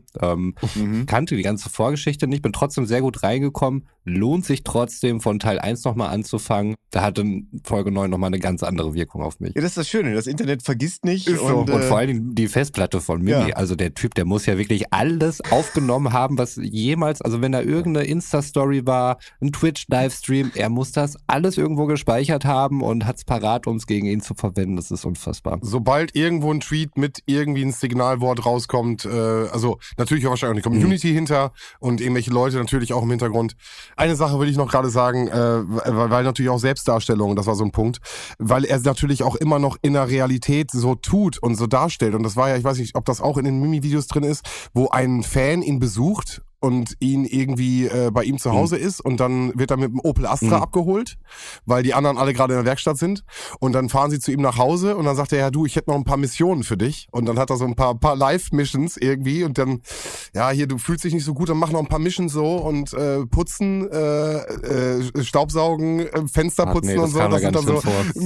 kannte die ganze Vorgeschichte nicht, bin trotzdem sehr gut reingekommen. Lohnt sich trotzdem von Teil 1 nochmal anzufangen. Da hatte Folge 9 nochmal eine ganz andere Wirkung auf mich. Ja, das ist das Schöne, das Internet vergisst nicht. Und vor allen Dingen die Festplatte von Mimi. Ja. Also der Typ, der muss ja wirklich alles aufgenommen haben, was jemals, also wenn da irgendeine Insta-Story war, ein Twitch-Livestream, er muss das alles irgendwo gespeichert haben und hat's parat, um es gegen ihn zu verwenden. Das ist unfassbar. Sobald irgendwo ein Tweet mit irgendwie ein Signalwort rauskommt, also natürlich auch wahrscheinlich auch eine Community hinter und irgendwelche Leute natürlich auch im Hintergrund. Eine Sache will ich noch gerade sagen, weil natürlich auch Selbstdarstellung, das war so ein Punkt, weil er natürlich auch immer noch in der Realität so tut und so darstellt. Und das war ja, ich weiß nicht, ob das auch in den Mimi-Videos drin ist, wo ein Fan ihn besucht und ihn irgendwie bei ihm zu Hause ist und dann wird er mit dem Opel Astra abgeholt, weil die anderen alle gerade in der Werkstatt sind und dann fahren sie zu ihm nach Hause und dann sagt er, ja du, ich hätte noch ein paar Missionen für dich und dann hat er so ein paar Live-Missions irgendwie und dann, ja hier, du fühlst dich nicht so gut, dann mach noch ein paar Missions so und putzen, Staubsaugen, Fenster putzen und so, das sind dann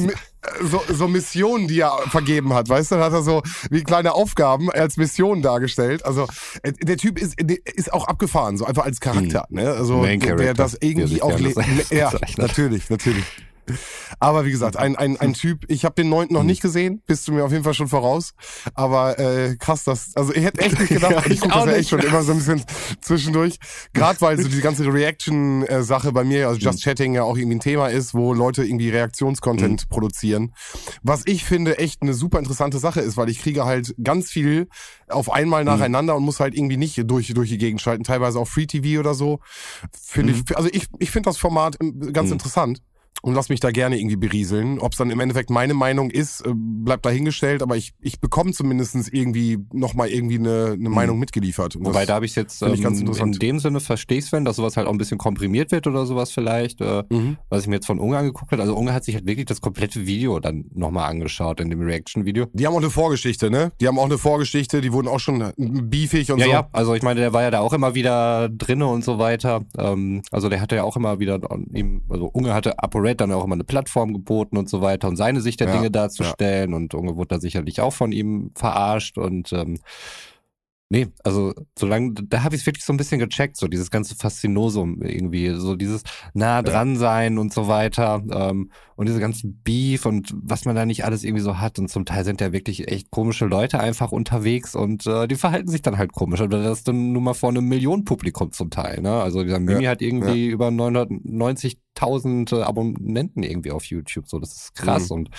so Missionen, die er vergeben hat, weißt du, dann hat er so wie kleine Aufgaben als Missionen dargestellt, also der Typ ist auch abgefahren, so einfach als Charakter, ne? Also der das irgendwie auch ja, natürlich. Aber wie gesagt, ein Typ, ich habe den 9. noch nicht gesehen, bist du mir auf jeden Fall schon voraus, aber krass, also ich hätte echt nicht gedacht, ja, ich gucke das ja echt schon immer so ein bisschen zwischendurch, gerade weil so die ganze Reaction-Sache bei mir, also Just Chatting ja auch irgendwie ein Thema ist, wo Leute irgendwie Reaktionscontent produzieren, was ich finde echt eine super interessante Sache ist, weil ich kriege halt ganz viel auf einmal nacheinander und muss halt irgendwie nicht durch die Gegend schalten, teilweise auch Free TV oder so, finde ich, also ich finde das Format ganz interessant. Und lass mich da gerne irgendwie berieseln. Ob es dann im Endeffekt meine Meinung ist, bleibt dahingestellt, aber ich bekomme zumindest irgendwie nochmal irgendwie eine Meinung mitgeliefert. Und wobei, da habe ich jetzt in dem Sinne, verstehe ich Sven, dass sowas halt auch ein bisschen komprimiert wird oder sowas vielleicht, was ich mir jetzt von Unge angeguckt habe. Also Unge hat sich halt wirklich das komplette Video dann nochmal angeschaut in dem Reaction-Video. Die haben auch eine Vorgeschichte, ne? Die wurden auch schon beefig und so. Ja, also ich meine, der war ja da auch immer wieder drinne und so weiter. Also der hatte ja auch immer wieder, also Unge hatte ApoRed dann auch immer eine Plattform geboten und so weiter und seine Sicht der Dinge darzustellen und Unge wurde da sicherlich auch von ihm verarscht und nee, also da habe ich es wirklich so ein bisschen gecheckt, so dieses ganze Faszinosum irgendwie, so dieses nah dran sein und so weiter und diese ganzen Beef und was man da nicht alles irgendwie so hat und zum Teil sind ja wirklich echt komische Leute einfach unterwegs und die verhalten sich dann halt komisch, aber das ist dann nur mal vor einem Millionenpublikum zum Teil, ne? Also dieser Mimi hat irgendwie über 990.000 Abonnenten irgendwie auf YouTube, so das ist krass und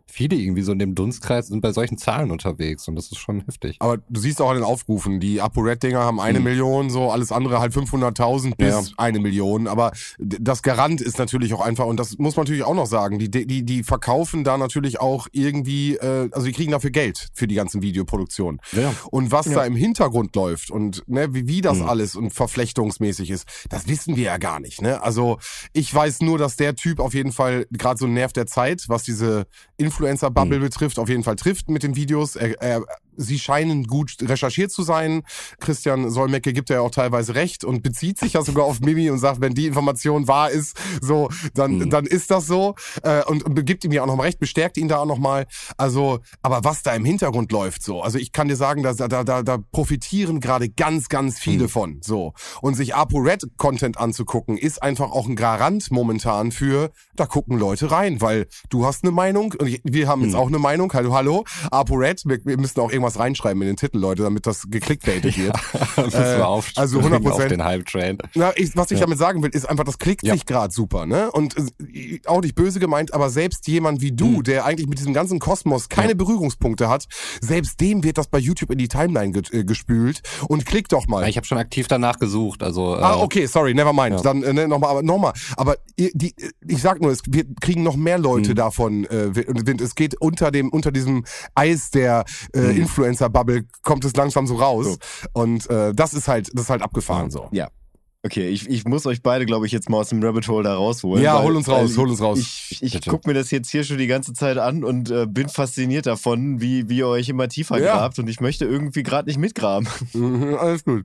viele irgendwie so in dem Dunstkreis sind bei solchen Zahlen unterwegs und das ist schon heftig. Aber du siehst auch an den Aufrufen, die ApoRed-Dinger haben 1 Million, so alles andere halt 500.000 bis 1 Million. Aber das Garant ist natürlich auch einfach, und das muss man natürlich auch noch sagen, die verkaufen da natürlich auch irgendwie, also die kriegen dafür Geld für die ganzen Videoproduktionen. Ja. Und was da im Hintergrund läuft und ne, wie das alles und verflechtungsmäßig ist, das wissen wir ja gar nicht. Ne? Also ich weiß nur, dass der Typ auf jeden Fall gerade so ein Nerv der Zeit, was diese Influencer-Bubble betrifft, auf jeden Fall trifft mit den Videos. Sie scheinen gut recherchiert zu sein. Christian Solmecke gibt ja auch teilweise recht und bezieht sich ja sogar auf Mimi und sagt, wenn die Information wahr ist, so, dann ist das so. Und gibt ihm ja auch noch mal recht, bestärkt ihn da auch noch mal. Also, aber was da im Hintergrund läuft, so. Also ich kann dir sagen, da profitieren gerade ganz, ganz viele von, so. Und sich ApoRed-Content anzugucken, ist einfach auch ein Garant momentan für, da gucken Leute rein, weil du hast eine Meinung und wir haben jetzt auch eine Meinung. Hallo, ApoRed, wir müssen auch irgendwas reinschreiben in den Titel, Leute, damit das geklickbaitet wird. Also 100%. Auf den Hype-Train. Was ich damit sagen will, ist einfach, das klickt sich gerade super, ne? Und auch nicht böse gemeint, aber selbst jemand wie du, der eigentlich mit diesem ganzen Kosmos keine Berührungspunkte hat, selbst dem wird das bei YouTube in die Timeline gespült und klick doch mal. Ich habe schon aktiv danach gesucht, also. Okay, sorry, never mind. Ja. Dann nochmal. Aber ich sag nur, wir kriegen noch mehr Leute davon. Es geht unter diesem Eis der Influencer-Bubble kommt es langsam so raus. So. Und das ist halt abgefahren so. Ja. Okay, ich muss euch beide, glaube ich, jetzt mal aus dem Rabbit Hole da rausholen. Ja, hol uns raus. Ich gucke mir das jetzt hier schon die ganze Zeit an und bin fasziniert davon, wie ihr euch immer tiefer grabt und ich möchte irgendwie gerade nicht mitgraben. Alles gut.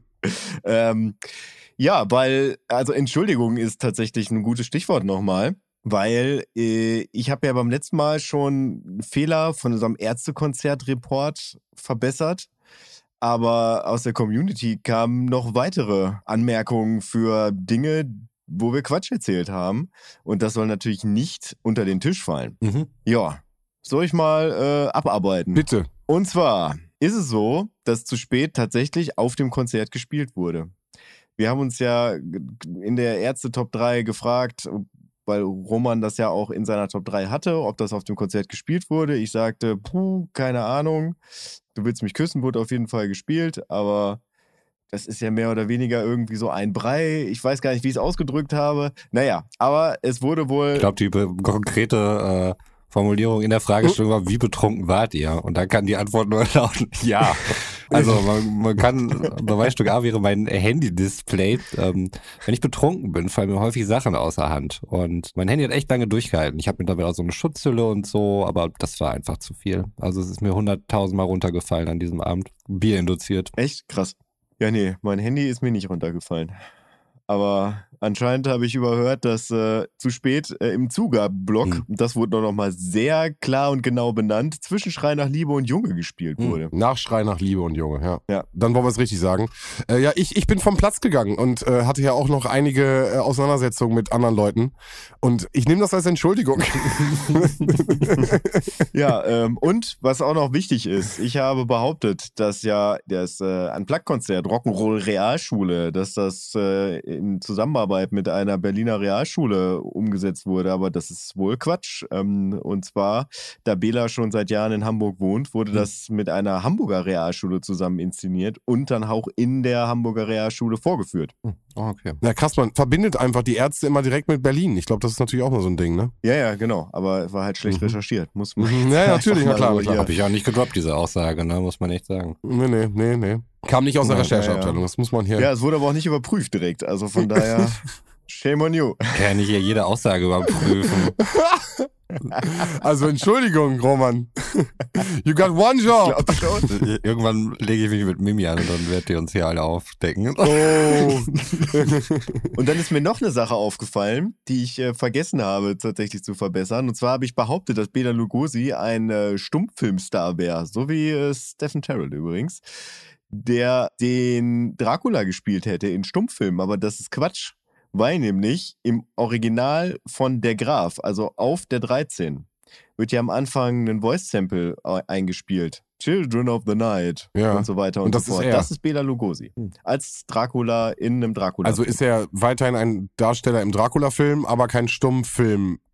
Also Entschuldigung ist tatsächlich ein gutes Stichwort nochmal. Weil ich habe ja beim letzten Mal schon Fehler von unserem Ärztekonzert-Report verbessert, aber aus der Community kamen noch weitere Anmerkungen für Dinge, wo wir Quatsch erzählt haben. Und das soll natürlich nicht unter den Tisch fallen. Ja, soll ich mal abarbeiten? Bitte. Und zwar ist es so, dass zu spät tatsächlich auf dem Konzert gespielt wurde. Wir haben uns ja in der Ärzte-Top 3 gefragt, weil Roman das ja auch in seiner Top 3 hatte, ob das auf dem Konzert gespielt wurde. Ich sagte, keine Ahnung, Du willst mich küssen wurde auf jeden Fall gespielt, aber das ist ja mehr oder weniger irgendwie so ein Brei. Ich weiß gar nicht, wie ich es ausgedrückt habe. Naja, aber es wurde wohl... Ich glaube, die konkrete Formulierung in der Fragestellung war, wie betrunken wart ihr? Und da kann die Antwort nur lauten, ja. Also man kann, Beweisstück A wäre mein Handy-Display. Wenn ich betrunken bin, fallen mir häufig Sachen außer Hand. Und mein Handy hat echt lange durchgehalten. Ich habe mittlerweile auch so eine Schutzhülle und so, aber das war einfach zu viel. Also es ist mir 100.000 Mal runtergefallen an diesem Abend. Bier induziert. Echt? Krass. Ja, nee, mein Handy ist mir nicht runtergefallen. Aber anscheinend habe ich überhört, dass zu spät im Zugablock, das wurde noch mal sehr klar und genau benannt, zwischen Schrei nach Liebe und Junge gespielt wurde. Nach Schrei nach Liebe und Junge, ja. Dann wollen wir es richtig sagen. Ja, ich bin vom Platz gegangen und hatte ja auch noch einige Auseinandersetzungen mit anderen Leuten. Und ich nehme das als Entschuldigung. Ja, und was auch noch wichtig ist, ich habe behauptet, dass ja das Unplugged-Konzert Rock'n'Roll Realschule, dass das in Zusammenarbeit mit einer Berliner Realschule umgesetzt wurde, aber das ist wohl Quatsch. Und zwar, da Bela schon seit Jahren in Hamburg wohnt, wurde das mit einer Hamburger Realschule zusammen inszeniert und dann auch in der Hamburger Realschule vorgeführt. Oh, okay. Ja, krass, man verbindet einfach die Ärzte immer direkt mit Berlin. Ich glaube, das ist natürlich auch mal so ein Ding, ne? Ja, genau, aber war halt schlecht recherchiert. Muss man ja, natürlich, na klar. Habe ich auch nicht gedroppt, diese Aussage, ne? Muss man echt sagen. Nee. Kam nicht aus der Rechercheabteilung, das muss man hier... Ja, es wurde aber auch nicht überprüft direkt, also von daher, shame on you. Kann ja nicht hier jede Aussage überprüfen. Also Entschuldigung, Roman. You got one job. Irgendwann lege ich mich mit Mimi an und dann wird die uns hier alle aufdecken. Oh. Und dann ist mir noch eine Sache aufgefallen, die ich vergessen habe tatsächlich zu verbessern. Und zwar habe ich behauptet, dass Bela Lugosi ein Stummfilmstar wäre, so wie Stephen Terrell übrigens, der den Dracula gespielt hätte in Stummfilmen. Aber das ist Quatsch. Weil nämlich im Original von Der Graf, also auf der 13, wird ja am Anfang ein Voice-Sample eingespielt. Children of the Night und so weiter und so fort. Das ist Bela Lugosi. Als Dracula in einem Dracula-Film. Also ist er weiterhin ein Darsteller im Dracula-Film, aber kein Stummfilm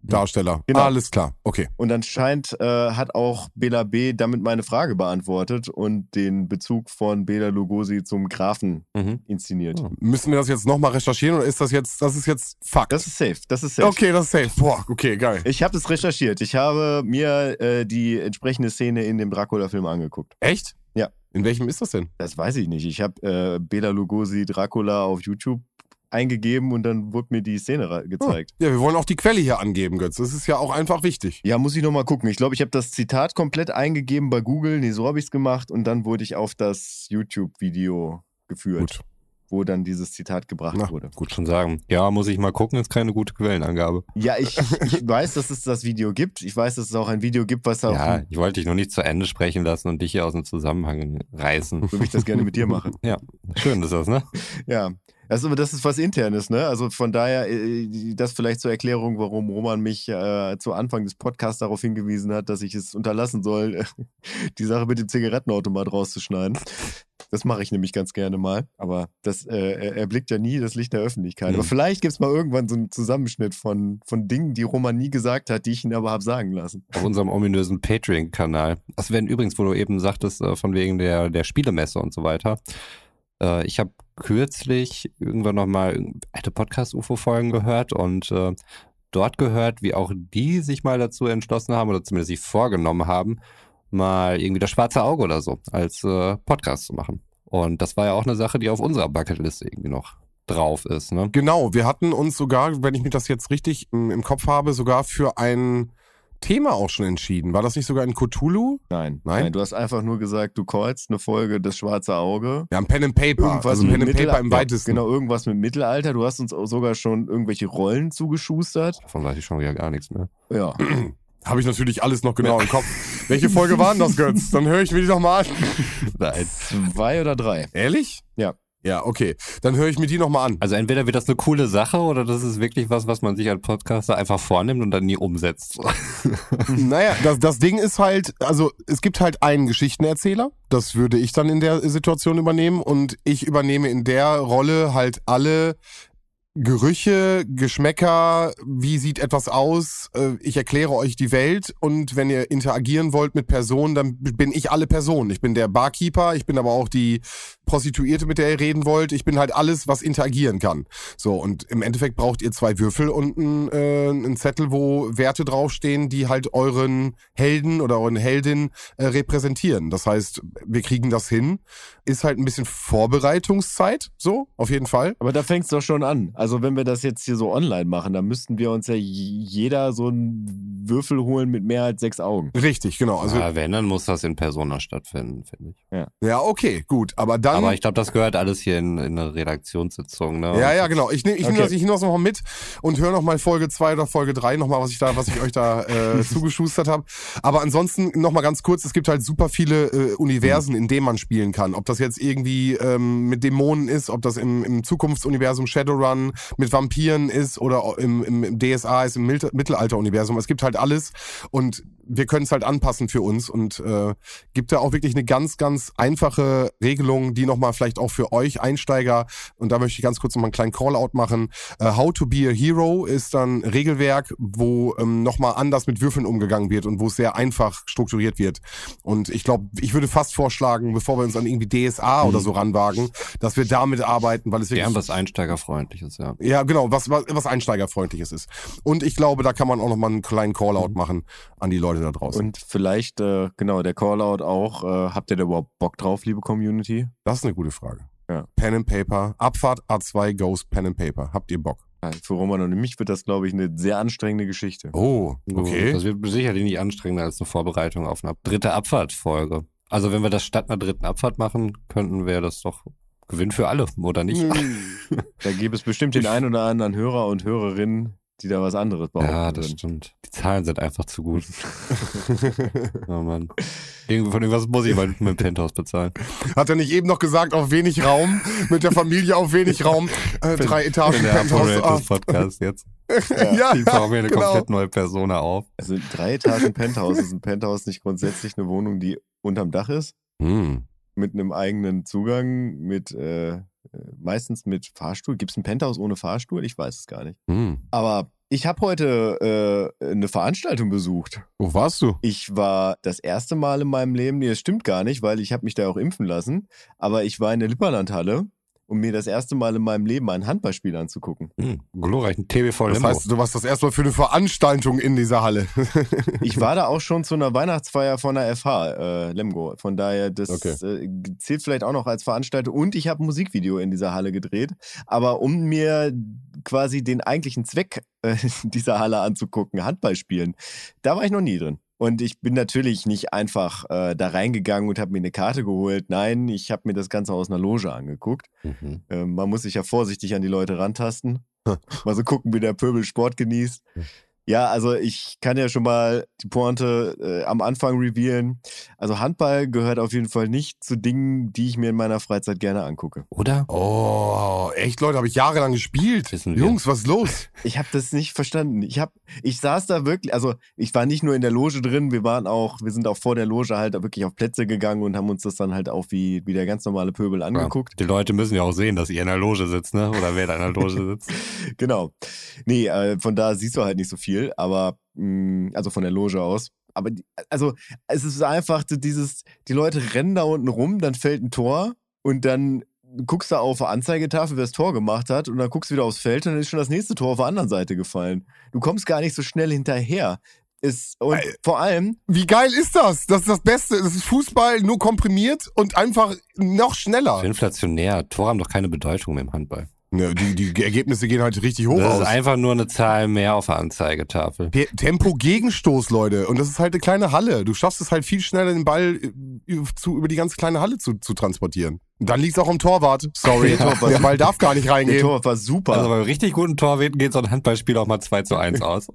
Darsteller. Genau. Alles klar, okay. Und anscheinend hat auch Bela B. damit meine Frage beantwortet und den Bezug von Bela Lugosi zum Grafen inszeniert. Oh. Müssen wir das jetzt nochmal recherchieren oder ist das jetzt Fakt? Das ist safe. Okay, das ist safe. Boah, okay, geil. Ich habe es recherchiert. Ich habe mir die entsprechende Szene in dem Dracula-Film angeguckt. Echt? Ja. In welchem ist das denn? Das weiß ich nicht. Ich habe Bela Lugosi Dracula auf YouTube eingegeben und dann wurde mir die Szene gezeigt. Ja, wir wollen auch die Quelle hier angeben, Götz. Das ist ja auch einfach wichtig. Ja, muss ich nochmal gucken. Ich glaube, ich habe das Zitat komplett eingegeben bei Google. Nee, so habe ich es gemacht. Und dann wurde ich auf das YouTube-Video geführt, Gut. wo dann dieses Zitat gebracht wurde. Gut schon sagen. Ja, muss ich mal gucken, ist keine gute Quellenangabe. Ja, ich weiß, dass es das Video gibt. Ich weiß, dass es auch ein Video gibt, was auch... Ja, ich wollte dich noch nicht zu Ende sprechen lassen und dich hier aus dem Zusammenhang reißen. So wie ich das gerne mit dir mache. Ja, schön ist das, ne? Ja. Also das ist was Internes, ne? Also von daher, das vielleicht zur Erklärung, warum Roman mich zu Anfang des Podcasts darauf hingewiesen hat, dass ich es unterlassen soll, die Sache mit dem Zigarettenautomat rauszuschneiden. Das mache ich nämlich ganz gerne mal. Aber das erblickt ja nie das Licht der Öffentlichkeit. Aber vielleicht gibt es mal irgendwann so einen Zusammenschnitt von Dingen, die Roman nie gesagt hat, die ich ihn aber habe sagen lassen. Auf unserem ominösen Patreon-Kanal. Das werden übrigens, wo du eben sagtest, von wegen der Spielemesse und so weiter. Ich habe kürzlich irgendwann nochmal alte Podcast-UFO-Folgen gehört und dort gehört, wie auch die sich mal dazu entschlossen haben oder zumindest sich vorgenommen haben, mal irgendwie das schwarze Auge oder so als Podcast zu machen. Und das war ja auch eine Sache, die auf unserer Bucketliste irgendwie noch drauf ist, ne? Genau, wir hatten uns sogar, wenn ich mich das jetzt richtig im Kopf habe, sogar für ein Thema auch schon entschieden. War das nicht sogar in Cthulhu? Nein. Nein? Du hast einfach nur gesagt, du callst eine Folge Das Schwarze Auge. Ja, ein Pen and Paper. Irgendwas Also mit Pen and Paper im weitesten. Genau, irgendwas mit Mittelalter. Du hast uns auch sogar schon irgendwelche Rollen zugeschustert. Davon weiß ich schon wieder gar nichts mehr. Ja. Habe ich natürlich alles noch genau im Kopf. Welche Folge waren das, Götz? Dann höre ich mir die doch mal an. Nein. 2 oder 3. Ehrlich? Ja. Ja, okay. Dann höre ich mir die nochmal an. Also entweder wird das eine coole Sache oder das ist wirklich was man sich als Podcaster einfach vornimmt und dann nie umsetzt. Naja, das Ding ist halt, also es gibt halt einen Geschichtenerzähler. Das würde ich dann in der Situation übernehmen. Und ich übernehme in der Rolle halt alle Gerüche, Geschmäcker, wie sieht etwas aus, ich erkläre euch die Welt und wenn ihr interagieren wollt mit Personen, dann bin ich alle Personen. Ich bin der Barkeeper, ich bin aber auch die Prostituierte, mit der ihr reden wollt. Ich bin halt alles, was interagieren kann. So, und im Endeffekt braucht ihr 2 Würfel und einen Zettel, wo Werte draufstehen, die halt euren Helden oder euren Heldin repräsentieren. Das heißt, wir kriegen das hin. Ist halt ein bisschen Vorbereitungszeit, so, auf jeden Fall. Aber da fängt es doch schon an. Also wenn wir das jetzt hier so online machen, dann müssten wir uns ja jeder so einen Würfel holen mit mehr als 6 Augen. Richtig, genau. Also, Ja, wenn, dann muss das in Persona stattfinden, finde ich. ja, okay, gut. Aber dann. Aber ich glaube, das gehört alles hier in eine Redaktionssitzung, ne? Ja, genau. Ich nehme Okay. das nochmal mit und höre nochmal Folge 2 oder Folge 3 nochmal, was ich euch da zugeschustert habe. Aber ansonsten nochmal ganz kurz, es gibt halt super viele Universen, in denen man spielen kann. Ob das jetzt irgendwie mit Dämonen ist, ob das im Zukunftsuniversum Shadowrun mit Vampiren ist oder im DSA ist, im Mittelalteruniversum. Es gibt halt alles und wir können es halt anpassen für uns und gibt da auch wirklich eine ganz, ganz einfache Regelung, die nochmal vielleicht auch für euch Einsteiger, und da möchte ich ganz kurz nochmal einen kleinen Callout machen. How to be a Hero ist dann Regelwerk, wo nochmal anders mit Würfeln umgegangen wird und wo es sehr einfach strukturiert wird. Und ich glaube, ich würde fast vorschlagen, bevor wir uns an irgendwie DSA oder so ranwagen, dass wir damit arbeiten, weil es wirklich... Gern was Einsteigerfreundliches, ja. Ja, genau, was Einsteigerfreundliches ist. Und ich glaube, da kann man auch nochmal einen kleinen Callout machen an die Leute da draußen. Und vielleicht, genau, der Callout auch, habt ihr da überhaupt Bock drauf, liebe Community? Das ist eine gute Frage. Ja. Pen and Paper, Abfahrt A2 Ghost Pen and Paper. Habt ihr Bock? Ja, für Roman und mich wird das, glaube ich, eine sehr anstrengende Geschichte. Oh, okay. Das wird sicherlich nicht anstrengender als eine Vorbereitung auf eine 3. Abfahrtfolge. Also wenn wir das statt einer 3. Abfahrt machen könnten, wäre das doch Gewinn für alle, oder nicht? Da gäbe es bestimmt den einen oder anderen Hörer und Hörerinnen, die da was anderes behaupten Ja, das würden. stimmt. Die Zahlen sind einfach zu gut. Oh Mann. Von irgendwas muss ich mal mit dem Penthouse bezahlen. Hat er nicht eben noch gesagt, auf wenig Raum, mit der Familie auf wenig Raum, 3 Etagen Der Penthouse. Apparat Podcast jetzt. Ja, Die bauen mir eine genau. komplett neue Persona auf. Also 3 Etagen Penthouse. Ist ein Penthouse nicht grundsätzlich eine Wohnung, die unterm Dach ist? Hm. Mit einem eigenen Zugang, mit meistens mit Fahrstuhl. Gibt es ein Penthouse ohne Fahrstuhl? Ich weiß es gar nicht. Hm. Aber Ich habe heute eine Veranstaltung besucht. Wo warst du? Ich war das erste Mal in meinem Leben, nee, das stimmt gar nicht, weil ich habe mich da auch impfen lassen, aber ich war in der Lipperlandhalle, um mir das erste Mal in meinem Leben ein Handballspiel anzugucken. Glorreichen TBV Das Lemgo. heißt, du warst das erste Mal für eine Veranstaltung in dieser Halle. Ich war da auch schon zu einer Weihnachtsfeier von der FH, Lemgo. Von daher, das Okay. zählt vielleicht auch noch als Veranstaltung. Und ich habe ein Musikvideo in dieser Halle gedreht. Aber um mir quasi den eigentlichen Zweck dieser Halle anzugucken, Handball spielen, da war ich noch nie drin. Und ich bin natürlich nicht einfach da reingegangen und habe mir eine Karte geholt. Nein, ich habe mir das Ganze aus einer Loge angeguckt. Man muss sich ja vorsichtig an die Leute rantasten. Mal so gucken, wie der Pöbel Sport genießt. Ja, also ich kann ja schon mal die Pointe am Anfang revealen. Also Handball gehört auf jeden Fall nicht zu Dingen, die ich mir in meiner Freizeit gerne angucke. Oder? Oh, echt, Leute, habe ich jahrelang gespielt. Wissen wir. Jungs, was ist los? Ich habe das nicht verstanden. Ich saß da wirklich, also ich war nicht nur in der Loge drin, wir sind auch vor der Loge halt wirklich auf Plätze gegangen und haben uns das dann halt auch wie der ganz normale Pöbel angeguckt. Die Leute müssen ja auch sehen, dass ihr in der Loge sitzt, ne? Oder wer da in der Loge sitzt. Genau. Nee, von da siehst du halt nicht so viel, aber also von der Loge aus. Aber also es ist einfach so die Leute rennen da unten rum, dann fällt ein Tor und dann guckst du auf der Anzeigetafel, wer das Tor gemacht hat und dann guckst du wieder aufs Feld und dann ist schon das nächste Tor auf der anderen Seite gefallen. Du kommst gar nicht so schnell hinterher. Und vor allem, Wie geil ist das? Das ist das Beste. Das ist Fußball nur komprimiert und einfach noch schneller. Inflationär. Tore haben doch keine Bedeutung im Handball. Ja, die Ergebnisse gehen halt richtig hoch Das ist aus. einfach nur eine Zahl mehr auf der Anzeigetafel. Tempo-Gegenstoß, Leute. Und das ist halt eine kleine Halle. Du schaffst es halt viel schneller, den Ball über die ganze kleine Halle zu transportieren. Und dann liegt es auch am Torwart. Sorry, der Ball darf gar nicht der reingehen. Tor war super. Also bei richtig guten Torwägen geht so ein Handballspiel auch mal 2:1 aus.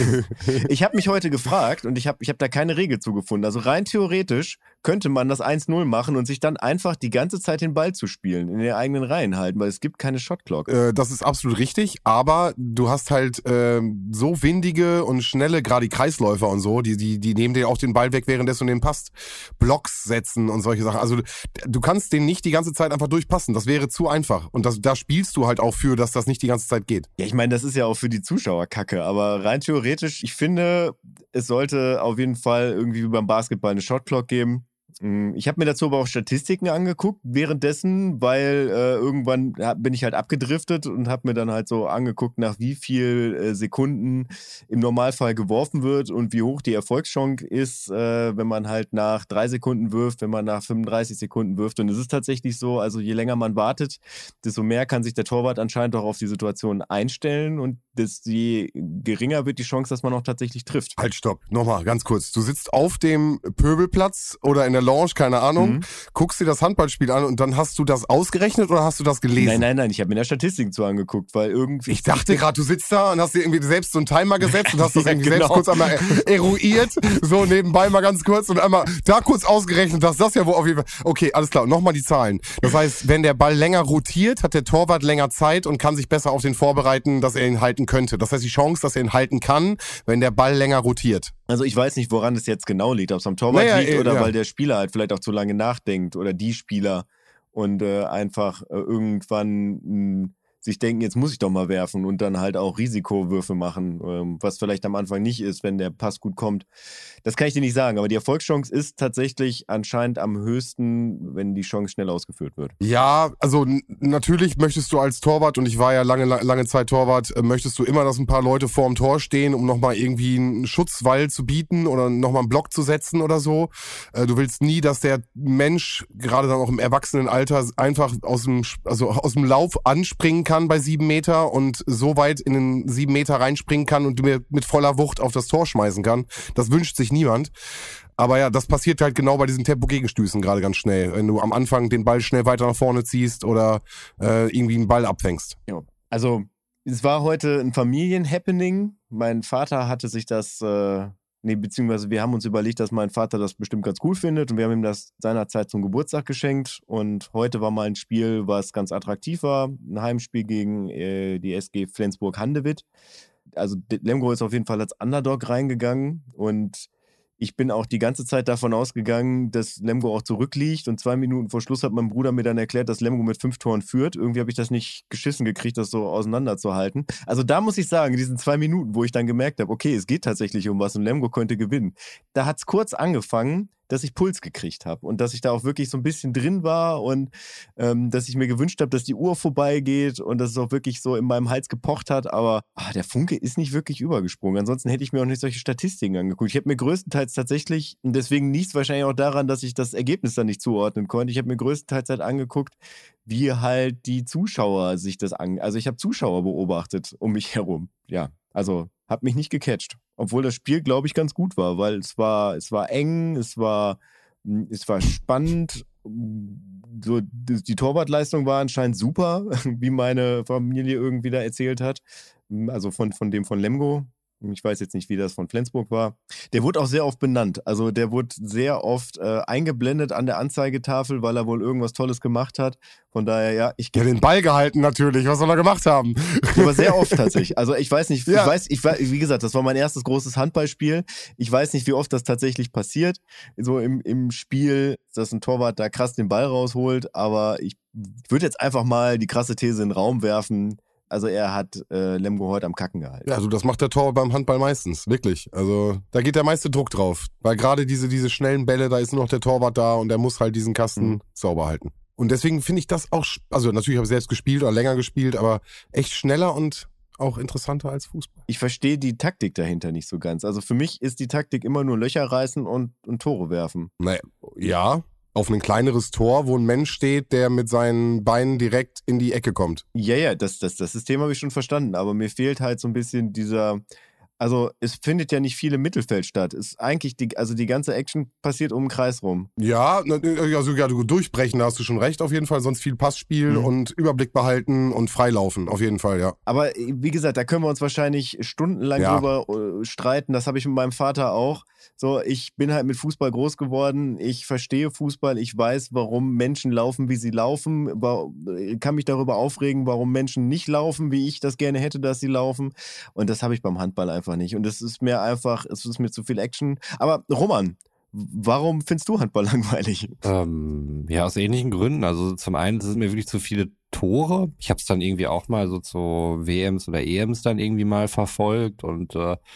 Ich habe mich heute gefragt und ich hab da keine Regel zugefunden. Also rein theoretisch könnte man das 1-0 machen und sich dann einfach die ganze Zeit den Ball zu spielen, in den eigenen Reihen halten, weil es gibt keine Shotclock. Das ist absolut richtig, aber du hast halt so windige und schnelle, gerade die Kreisläufer und so, die nehmen dir auch den Ball weg, währenddessen du den passt. Blocks setzen und solche Sachen. Also du kannst den nicht die ganze Zeit einfach durchpassen. Das wäre zu einfach. Und da spielst du halt auch für, dass das nicht die ganze Zeit geht. Ja, ich meine, das ist ja auch für die Zuschauer Kacke, aber rein theoretisch, ich finde, es sollte auf jeden Fall irgendwie wie beim Basketball eine Shotclock geben. Ich habe mir dazu aber auch Statistiken angeguckt währenddessen, weil irgendwann bin ich halt abgedriftet und habe mir dann halt so angeguckt, nach wie viel Sekunden im Normalfall geworfen wird und wie hoch die Erfolgschance ist, wenn man halt nach 3 Sekunden wirft, wenn man nach 35 Sekunden wirft. Und es ist tatsächlich so, also je länger man wartet, desto mehr kann sich der Torwart anscheinend auch auf die Situation einstellen und je geringer wird die Chance, dass man auch tatsächlich trifft. Halt, stopp. Nochmal, ganz kurz. Du sitzt auf dem Pöbelplatz oder in der Lounge, keine Ahnung, guckst dir das Handballspiel an und dann hast du das ausgerechnet oder hast du das gelesen? Nein, ich habe mir da Statistiken zu angeguckt, weil irgendwie... Ich dachte gerade, du sitzt da und hast dir irgendwie selbst so einen Timer gesetzt und hast das Ja, irgendwie genau. selbst kurz einmal eruiert, so nebenbei mal ganz kurz und einmal da kurz ausgerechnet, dass das ja wohl auf jeden Fall... Okay, alles klar, nochmal die Zahlen. Das heißt, wenn der Ball länger rotiert, hat der Torwart länger Zeit und kann sich besser auf den vorbereiten, dass er ihn halten könnte. Das heißt, die Chance, dass er ihn halten kann, wenn der Ball länger rotiert. Also ich weiß nicht, woran es jetzt genau liegt, ob es am Torwart liegt oder ja. weil der Spieler halt vielleicht auch zu lange nachdenkt oder die Spieler und einfach irgendwann sich denken, jetzt muss ich doch mal werfen und dann halt auch Risikowürfe machen, was vielleicht am Anfang nicht ist, wenn der Pass gut kommt. Das kann ich dir nicht sagen, aber die Erfolgschance ist tatsächlich anscheinend am höchsten, wenn die Chance schnell ausgeführt wird. Ja, also natürlich möchtest du als Torwart, und ich war ja lange Zeit Torwart, möchtest du immer, dass ein paar Leute vorm Tor stehen, um nochmal irgendwie einen Schutzwall zu bieten oder nochmal einen Block zu setzen oder so. Du willst nie, dass der Mensch, gerade dann auch im Erwachsenenalter, einfach aus dem Lauf anspringen kann bei 7 Meter und so weit in den 7 Meter reinspringen kann und mir mit voller Wucht auf das Tor schmeißen kann. Das wünscht sich niemand. Aber ja, das passiert halt genau bei diesen Tempo-Gegenstößen gerade ganz schnell. Wenn du am Anfang den Ball schnell weiter nach vorne ziehst oder irgendwie einen Ball abfängst. Ja. Also es war heute ein Familienhappening. Mein Vater hatte sich das... beziehungsweise wir haben uns überlegt, dass mein Vater das bestimmt ganz cool findet und wir haben ihm das seinerzeit zum Geburtstag geschenkt und heute war mal ein Spiel, was ganz attraktiv war, ein Heimspiel gegen die SG Flensburg-Handewitt. Also Lemgo ist auf jeden Fall als Underdog reingegangen und Ich bin auch die ganze Zeit davon ausgegangen, dass Lemgo auch zurückliegt und 2 Minuten vor Schluss hat mein Bruder mir dann erklärt, dass Lemgo mit 5 Toren führt. Irgendwie habe ich das nicht geschissen gekriegt, das so auseinanderzuhalten. Also da muss ich sagen, in diesen 2 Minuten, wo ich dann gemerkt habe, okay, es geht tatsächlich um was und Lemgo könnte gewinnen, da hat es kurz angefangen, dass ich Puls gekriegt habe und dass ich da auch wirklich so ein bisschen drin war und dass ich mir gewünscht habe, dass die Uhr vorbeigeht und dass es auch wirklich so in meinem Hals gepocht hat, aber der Funke ist nicht wirklich übergesprungen. Ansonsten hätte ich mir auch nicht solche Statistiken angeguckt. Ich habe mir größtenteils tatsächlich, und deswegen liegt es wahrscheinlich auch daran, dass ich das Ergebnis dann nicht zuordnen konnte, ich habe mir größtenteils halt angeguckt, wie halt die Zuschauer sich das also ich habe Zuschauer beobachtet um mich herum. Ja, also hat mich nicht gecatcht. Obwohl das Spiel, glaube ich, ganz gut war, weil es war eng, es war spannend. So, die Torwartleistung war anscheinend super, wie meine Familie irgendwie da erzählt hat. Also von dem von Lemgo. Ich weiß jetzt nicht, wie das von Flensburg war. Der wurde auch sehr oft benannt. Also der wurde sehr oft eingeblendet an der Anzeigetafel, weil er wohl irgendwas Tolles gemacht hat. Von daher, ja, Ja, den Ball gehalten natürlich. Was soll er gemacht haben? Aber sehr oft tatsächlich. Also ich weiß nicht, wie gesagt, das war mein erstes großes Handballspiel. Ich weiß nicht, wie oft das tatsächlich passiert. So im Spiel, dass ein Torwart da krass den Ball rausholt. Aber ich würde jetzt einfach mal die krasse These in den Raum werfen. Also er hat Lemgo heute am Kacken gehalten. Ja, also das macht der Torwart beim Handball meistens, wirklich. Also da geht der meiste Druck drauf. Weil gerade diese schnellen Bälle, da ist nur noch der Torwart da und der muss halt diesen Kasten sauber halten. Und deswegen finde ich das auch, also natürlich habe ich selbst gespielt oder länger gespielt, aber echt schneller und auch interessanter als Fußball. Ich verstehe die Taktik dahinter nicht so ganz. Also für mich ist die Taktik immer nur Löcher reißen und Tore werfen. Naja, ja. Auf ein kleineres Tor, wo ein Mensch steht, der mit seinen Beinen direkt in die Ecke kommt. Ja, das System habe ich schon verstanden, aber mir fehlt halt so ein bisschen also es findet ja nicht viel im Mittelfeld statt. Ist eigentlich die ganze Action passiert um den Kreis rum. Ja, also ja, du durchbrechen, da hast du schon recht auf jeden Fall, sonst viel Passspiel und Überblick behalten und freilaufen, auf jeden Fall, ja. Aber wie gesagt, da können wir uns wahrscheinlich stundenlang drüber streiten, das habe ich mit meinem Vater auch. So, ich bin halt mit Fußball groß geworden, ich verstehe Fußball, ich weiß, warum Menschen laufen, wie sie laufen, kann mich darüber aufregen, warum Menschen nicht laufen, wie ich das gerne hätte, dass sie laufen und das habe ich beim Handball einfach nicht und es ist mir zu viel Action. Aber Roman, warum findest du Handball langweilig? Ja, aus ähnlichen Gründen. Also zum einen sind mir wirklich zu viele Tore. Ich habe es dann irgendwie auch mal so zu WMs oder EMs dann irgendwie mal verfolgt und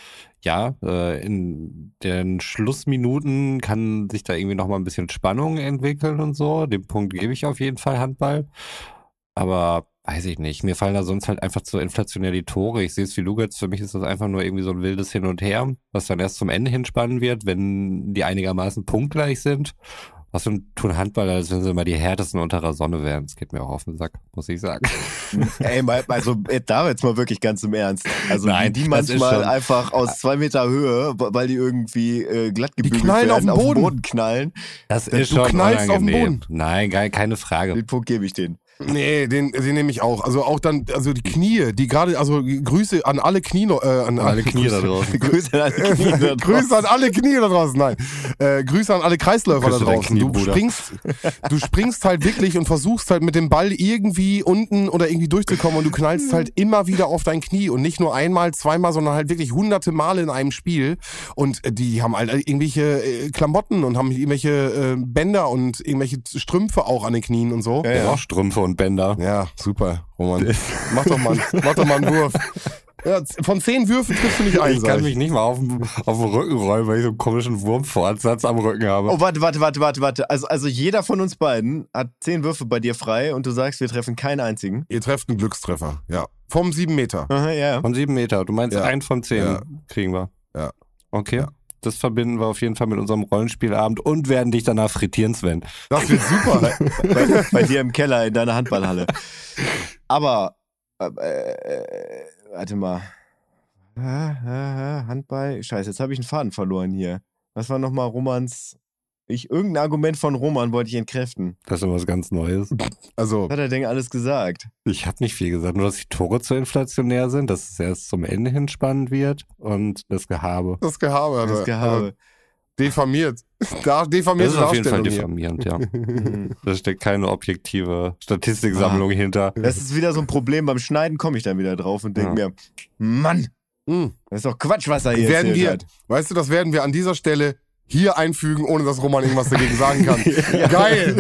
in den Schlussminuten kann sich da irgendwie noch mal ein bisschen Spannung entwickeln und so. Den Punkt gebe ich auf jeden Fall Handball. Aber weiß ich nicht. Mir fallen da sonst halt einfach zu inflationär die Tore. Ich sehe es wie Lugatz. Für mich ist das einfach nur irgendwie so ein wildes Hin und Her, was dann erst zum Ende hin spannend wird, wenn die einigermaßen punktgleich sind. Was tun Handballer, als wenn sie immer die härtesten unter der Sonne wären. Das geht mir auch auf den Sack, muss ich sagen. Ey, also da jetzt mal wirklich ganz im Ernst. Also nein, die manchmal einfach aus 2 Meter Höhe, weil die irgendwie glatt gebügelt werden, auf den Boden knallen. Das ist schon knallst auf den unangenehm. Boden. Nein, keine Frage. Den Punkt gebe ich denen. Nee, den nehme ich auch. Also auch dann, also die Knie, die gerade, also Grüße an alle Knie, an alle Knie da draußen. Grüße an alle Knie da draußen. Grüße an alle Knie da draußen, nein. Grüße an alle Kreisläufer da draußen. Du springst halt wirklich und versuchst halt mit dem Ball irgendwie unten oder irgendwie durchzukommen und du knallst halt immer wieder auf dein Knie und nicht nur einmal, zweimal, sondern halt wirklich hunderte Male in einem Spiel und die haben halt irgendwelche Klamotten und haben irgendwelche Bänder und irgendwelche Strümpfe auch an den Knien und so. Ja, auch Strümpfe und Bänder. Ja, super, Roman. Mach doch mal einen Wurf. Ja, von 10 Würfen triffst du nicht ein. Ich kann mich nicht mal auf den Rücken rollen, weil ich so einen komischen Wurmfortsatz am Rücken habe. Oh, warte. Also jeder von uns beiden hat 10 Würfe bei dir frei und du sagst, wir treffen keinen einzigen. Ihr trefft einen Glückstreffer, ja. Vom 7 Meter. Aha, ja. Von 7 Meter. Du meinst 1 von 10 kriegen wir. Ja. Okay. Ja. Das verbinden wir auf jeden Fall mit unserem Rollenspielabend und werden dich danach frittieren, Sven. Das wird super. bei dir im Keller in deiner Handballhalle. Aber, warte mal. Handball. Scheiße, jetzt habe ich einen Faden verloren hier. Was war nochmal Romans... Irgendein Argument von Roman wollte ich entkräften. Das ist was ganz Neues. Also, Was hat er denn alles gesagt? Ich habe nicht viel gesagt, nur dass die Tore zu inflationär sind, dass es erst zum Ende hin spannend wird und das Gehabe. das Gehabe. Das Gehabe. Diffamiert. Diffamiert Das ist auf jeden Fall Darstellung hier. diffamierend, ja. Da steckt keine objektive Statistiksammlung hinter. Das ist wieder so ein Problem. Beim Schneiden komme ich dann wieder drauf und denke mir, Mann, das ist doch Quatsch, was er hier erzählt hat. Weißt du, das werden wir an dieser Stelle hier einfügen, ohne dass Roman irgendwas dagegen sagen kann. Geil!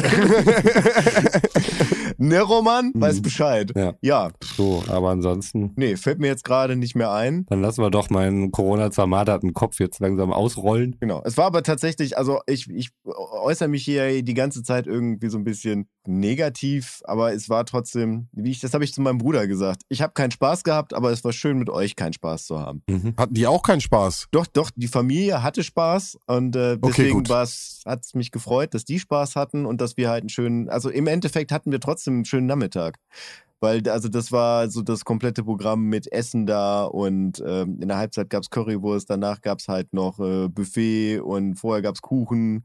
Ne, Roman? Weiß Bescheid. Ja. So, aber ansonsten... Nee, fällt mir jetzt gerade nicht mehr ein. Dann lassen wir doch meinen Corona-zermarterten Kopf jetzt langsam ausrollen. Genau. Es war aber tatsächlich, also ich äußere mich hier die ganze Zeit irgendwie so ein bisschen negativ, aber es war trotzdem, das habe ich zu meinem Bruder gesagt. Ich habe keinen Spaß gehabt, aber es war schön, mit euch keinen Spaß zu haben. Hatten die auch keinen Spaß? Doch, die Familie hatte Spaß und deswegen hat es mich gefreut, dass die Spaß hatten und dass wir halt einen schönen, also im Endeffekt hatten wir trotzdem einen schönen Nachmittag. Weil, also das war so das komplette Programm mit Essen da und in der Halbzeit gab's Currywurst, danach gab's halt noch Buffet und vorher gab's Kuchen.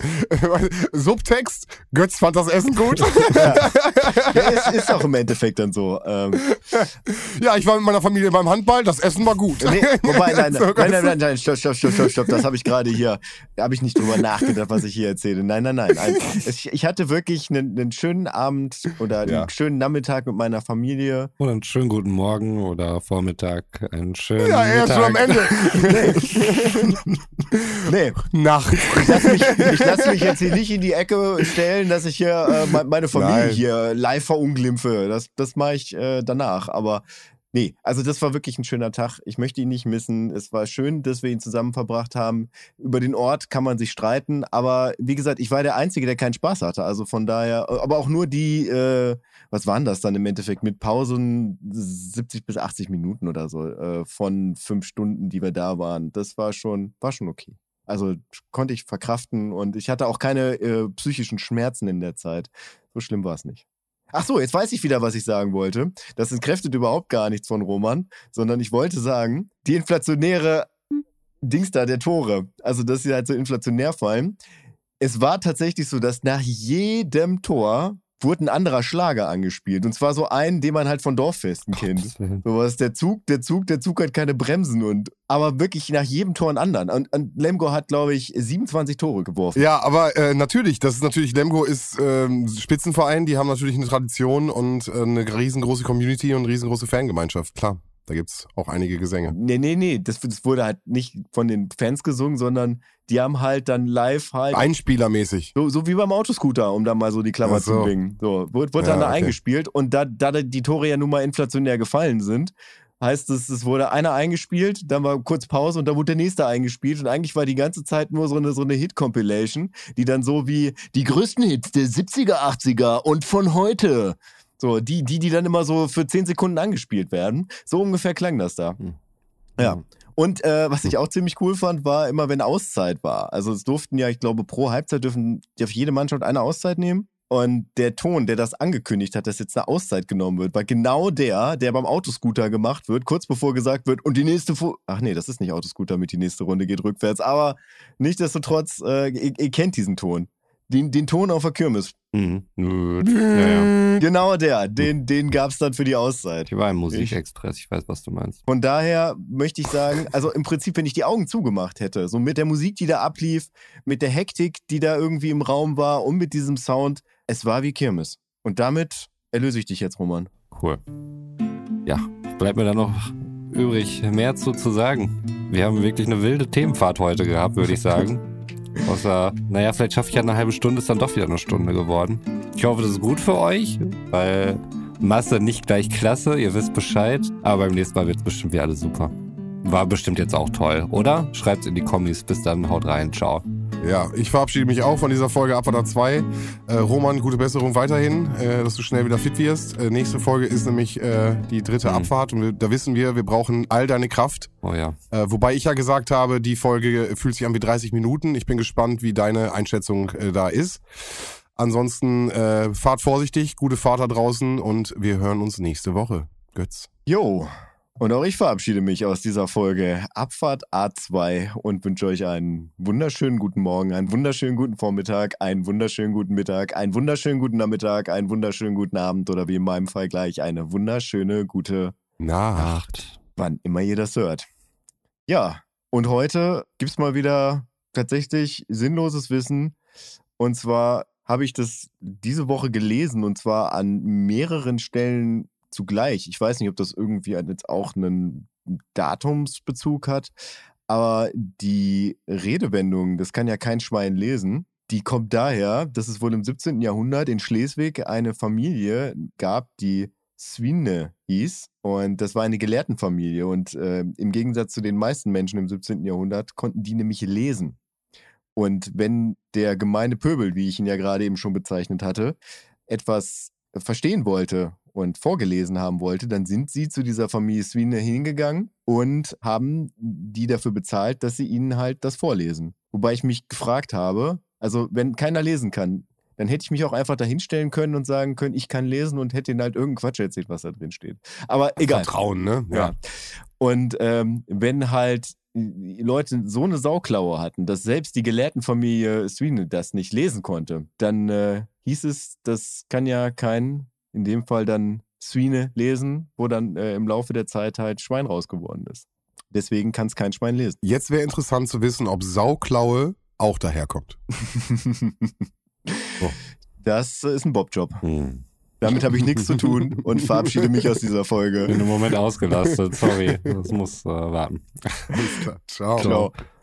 Subtext, Götz fand das Essen gut. Ja, es ist auch im Endeffekt dann so. Ja, ich war mit meiner Familie beim Handball, das Essen war gut. Nee, wobei, nein, stopp, das habe ich gerade hier, da habe ich nicht drüber nachgedacht, was ich hier erzähle. Nein. Ich hatte wirklich einen schönen Abend oder einen schönen Nachmittag mit meiner Familie. Oder einen schönen guten Morgen oder Vormittag, einen schönen Ja, erst Mittag. schon am Ende. Nee. Nacht. Ich lasse mich jetzt hier nicht in die Ecke stellen, dass ich hier meine Familie hier live verunglimpfe. Das mache ich danach. Aber nee, also das war wirklich ein schöner Tag. Ich möchte ihn nicht missen. Es war schön, dass wir ihn zusammen verbracht haben. Über den Ort kann man sich streiten. Aber wie gesagt, ich war der Einzige, der keinen Spaß hatte. Also von daher, aber auch nur die, was waren das dann im Endeffekt? Mit Pausen 70 bis 80 Minuten oder so von 5 Stunden, die wir da waren. Das war schon okay. Also konnte ich verkraften und ich hatte auch keine psychischen Schmerzen in der Zeit. So schlimm war es nicht. Ach so, jetzt weiß ich wieder, was ich sagen wollte. Das entkräftet überhaupt gar nichts von Roman, sondern ich wollte sagen, die inflationäre Dings da, der Tore, also dass sie halt so inflationär fallen. Es war tatsächlich so, dass nach jedem Tor wurde ein anderer Schlager angespielt. Und zwar so einen, den man halt von Dorffesten kennt. So was, der Zug hat keine Bremsen aber wirklich nach jedem Tor einen anderen. Und Lemgo hat, glaube ich, 27 Tore geworfen. Ja, aber natürlich, Lemgo ist Spitzenverein, die haben natürlich eine Tradition und eine riesengroße Community und eine riesengroße Fangemeinschaft, klar. Da gibt's auch einige Gesänge. Nee, das wurde halt nicht von den Fans gesungen, sondern die haben halt dann live halt... Einspielermäßig. So wie beim Autoscooter, um da mal so die Klammer zu bringen. So, wurde dann da eingespielt und da die Tore ja nun mal inflationär gefallen sind, heißt es wurde einer eingespielt, dann war kurz Pause und dann wurde der nächste eingespielt und eigentlich war die ganze Zeit nur so eine Hit-Compilation, die dann so wie die größten Hits der 70er, 80er und von heute... So, die dann immer so für 10 Sekunden angespielt werden. So ungefähr klang das da. Ja. Und was ich auch ziemlich cool fand, war immer, wenn Auszeit war. Also es durften ja, ich glaube, pro Halbzeit darf jede Mannschaft eine Auszeit nehmen. Und der Ton, der das angekündigt hat, dass jetzt eine Auszeit genommen wird, war genau der beim Autoscooter gemacht wird, kurz bevor gesagt wird, und die nächste ach nee, das ist nicht Autoscooter mit die nächste Runde geht rückwärts, aber nichtsdestotrotz, ihr kennt diesen Ton. Den Ton auf der Kirmes. Ja. Genau den gab's dann für die Auszeit. Ich war im Musikexpress, ich weiß, was du meinst. Von daher möchte ich sagen, also im Prinzip, wenn ich die Augen zugemacht hätte, so mit der Musik, die da ablief, mit der Hektik, die da irgendwie im Raum war und mit diesem Sound, es war wie Kirmes. Und damit erlöse ich dich jetzt, Roman. Cool. Ja, bleibt mir da noch übrig, mehr zu sagen. Wir haben wirklich eine wilde Themenfahrt heute gehabt, würde ich sagen. Außer, vielleicht schaffe ich ja eine halbe Stunde, ist dann doch wieder eine Stunde geworden. Ich hoffe, das ist gut für euch, weil Masse nicht gleich Klasse, ihr wisst Bescheid. Aber beim nächsten Mal wird es bestimmt wieder alles super. War bestimmt jetzt auch toll, oder? Schreibt's in die Kommis. Bis dann, haut rein, ciao. Ja, ich verabschiede mich auch von dieser Folge Abfahrt 2. Roman, gute Besserung weiterhin, dass du schnell wieder fit wirst. Nächste Folge ist nämlich die 3. Abfahrt und da wissen wir brauchen all deine Kraft. Oh ja. Wobei ich ja gesagt habe, die Folge fühlt sich an wie 30 Minuten. Ich bin gespannt, wie deine Einschätzung da ist. Ansonsten fahrt vorsichtig, gute Fahrt da draußen und wir hören uns nächste Woche. Götz. Jo. Und auch ich verabschiede mich aus dieser Folge Abfahrt A2 und wünsche euch einen wunderschönen guten Morgen, einen wunderschönen guten Vormittag, einen wunderschönen guten Mittag, einen wunderschönen guten Nachmittag, einen wunderschönen guten Abend oder wie in meinem Fall gleich eine wunderschöne gute Nacht. Wann immer ihr das hört. Ja, und heute gibt's mal wieder tatsächlich sinnloses Wissen. Und zwar habe ich das diese Woche gelesen und zwar an mehreren Stellen zugleich. Ich weiß nicht, ob das irgendwie jetzt auch einen Datumsbezug hat, Aber die Redewendung, das kann ja kein Schwein lesen, die kommt daher, dass es wohl im 17. Jahrhundert in Schleswig eine Familie gab, die Swine hieß. Und das war eine Gelehrtenfamilie. Und im Gegensatz zu den meisten Menschen im 17. Jahrhundert konnten die nämlich lesen. Und wenn der gemeine Pöbel, wie ich ihn ja gerade eben schon bezeichnet hatte, etwas verstehen wollte und vorgelesen haben wollte, dann sind sie zu dieser Familie Swine hingegangen und haben die dafür bezahlt, dass sie ihnen halt das vorlesen. Wobei ich mich gefragt habe, also wenn keiner lesen kann, dann hätte ich mich auch einfach dahinstellen können und sagen können, ich kann lesen und hätte ihnen halt irgendeinen Quatsch erzählt, was da drin steht. Aber egal. Vertrauen, ne? Ja. Und wenn halt die Leute so eine Sauklaue hatten, dass selbst die Gelehrtenfamilie Swine das nicht lesen konnte, dann hieß es, das kann ja kein, in dem Fall dann Swine lesen, wo dann im Laufe der Zeit halt Schwein rausgeworden ist. Deswegen kann es kein Schwein lesen. Jetzt wäre interessant zu wissen, ob Sauklaue auch daherkommt. Das ist ein Bobjob. Damit habe ich nichts zu tun und verabschiede mich aus dieser Folge. Bin im Moment ausgelastet, sorry. Das muss warten. Alles klar. Ciao. Ciao.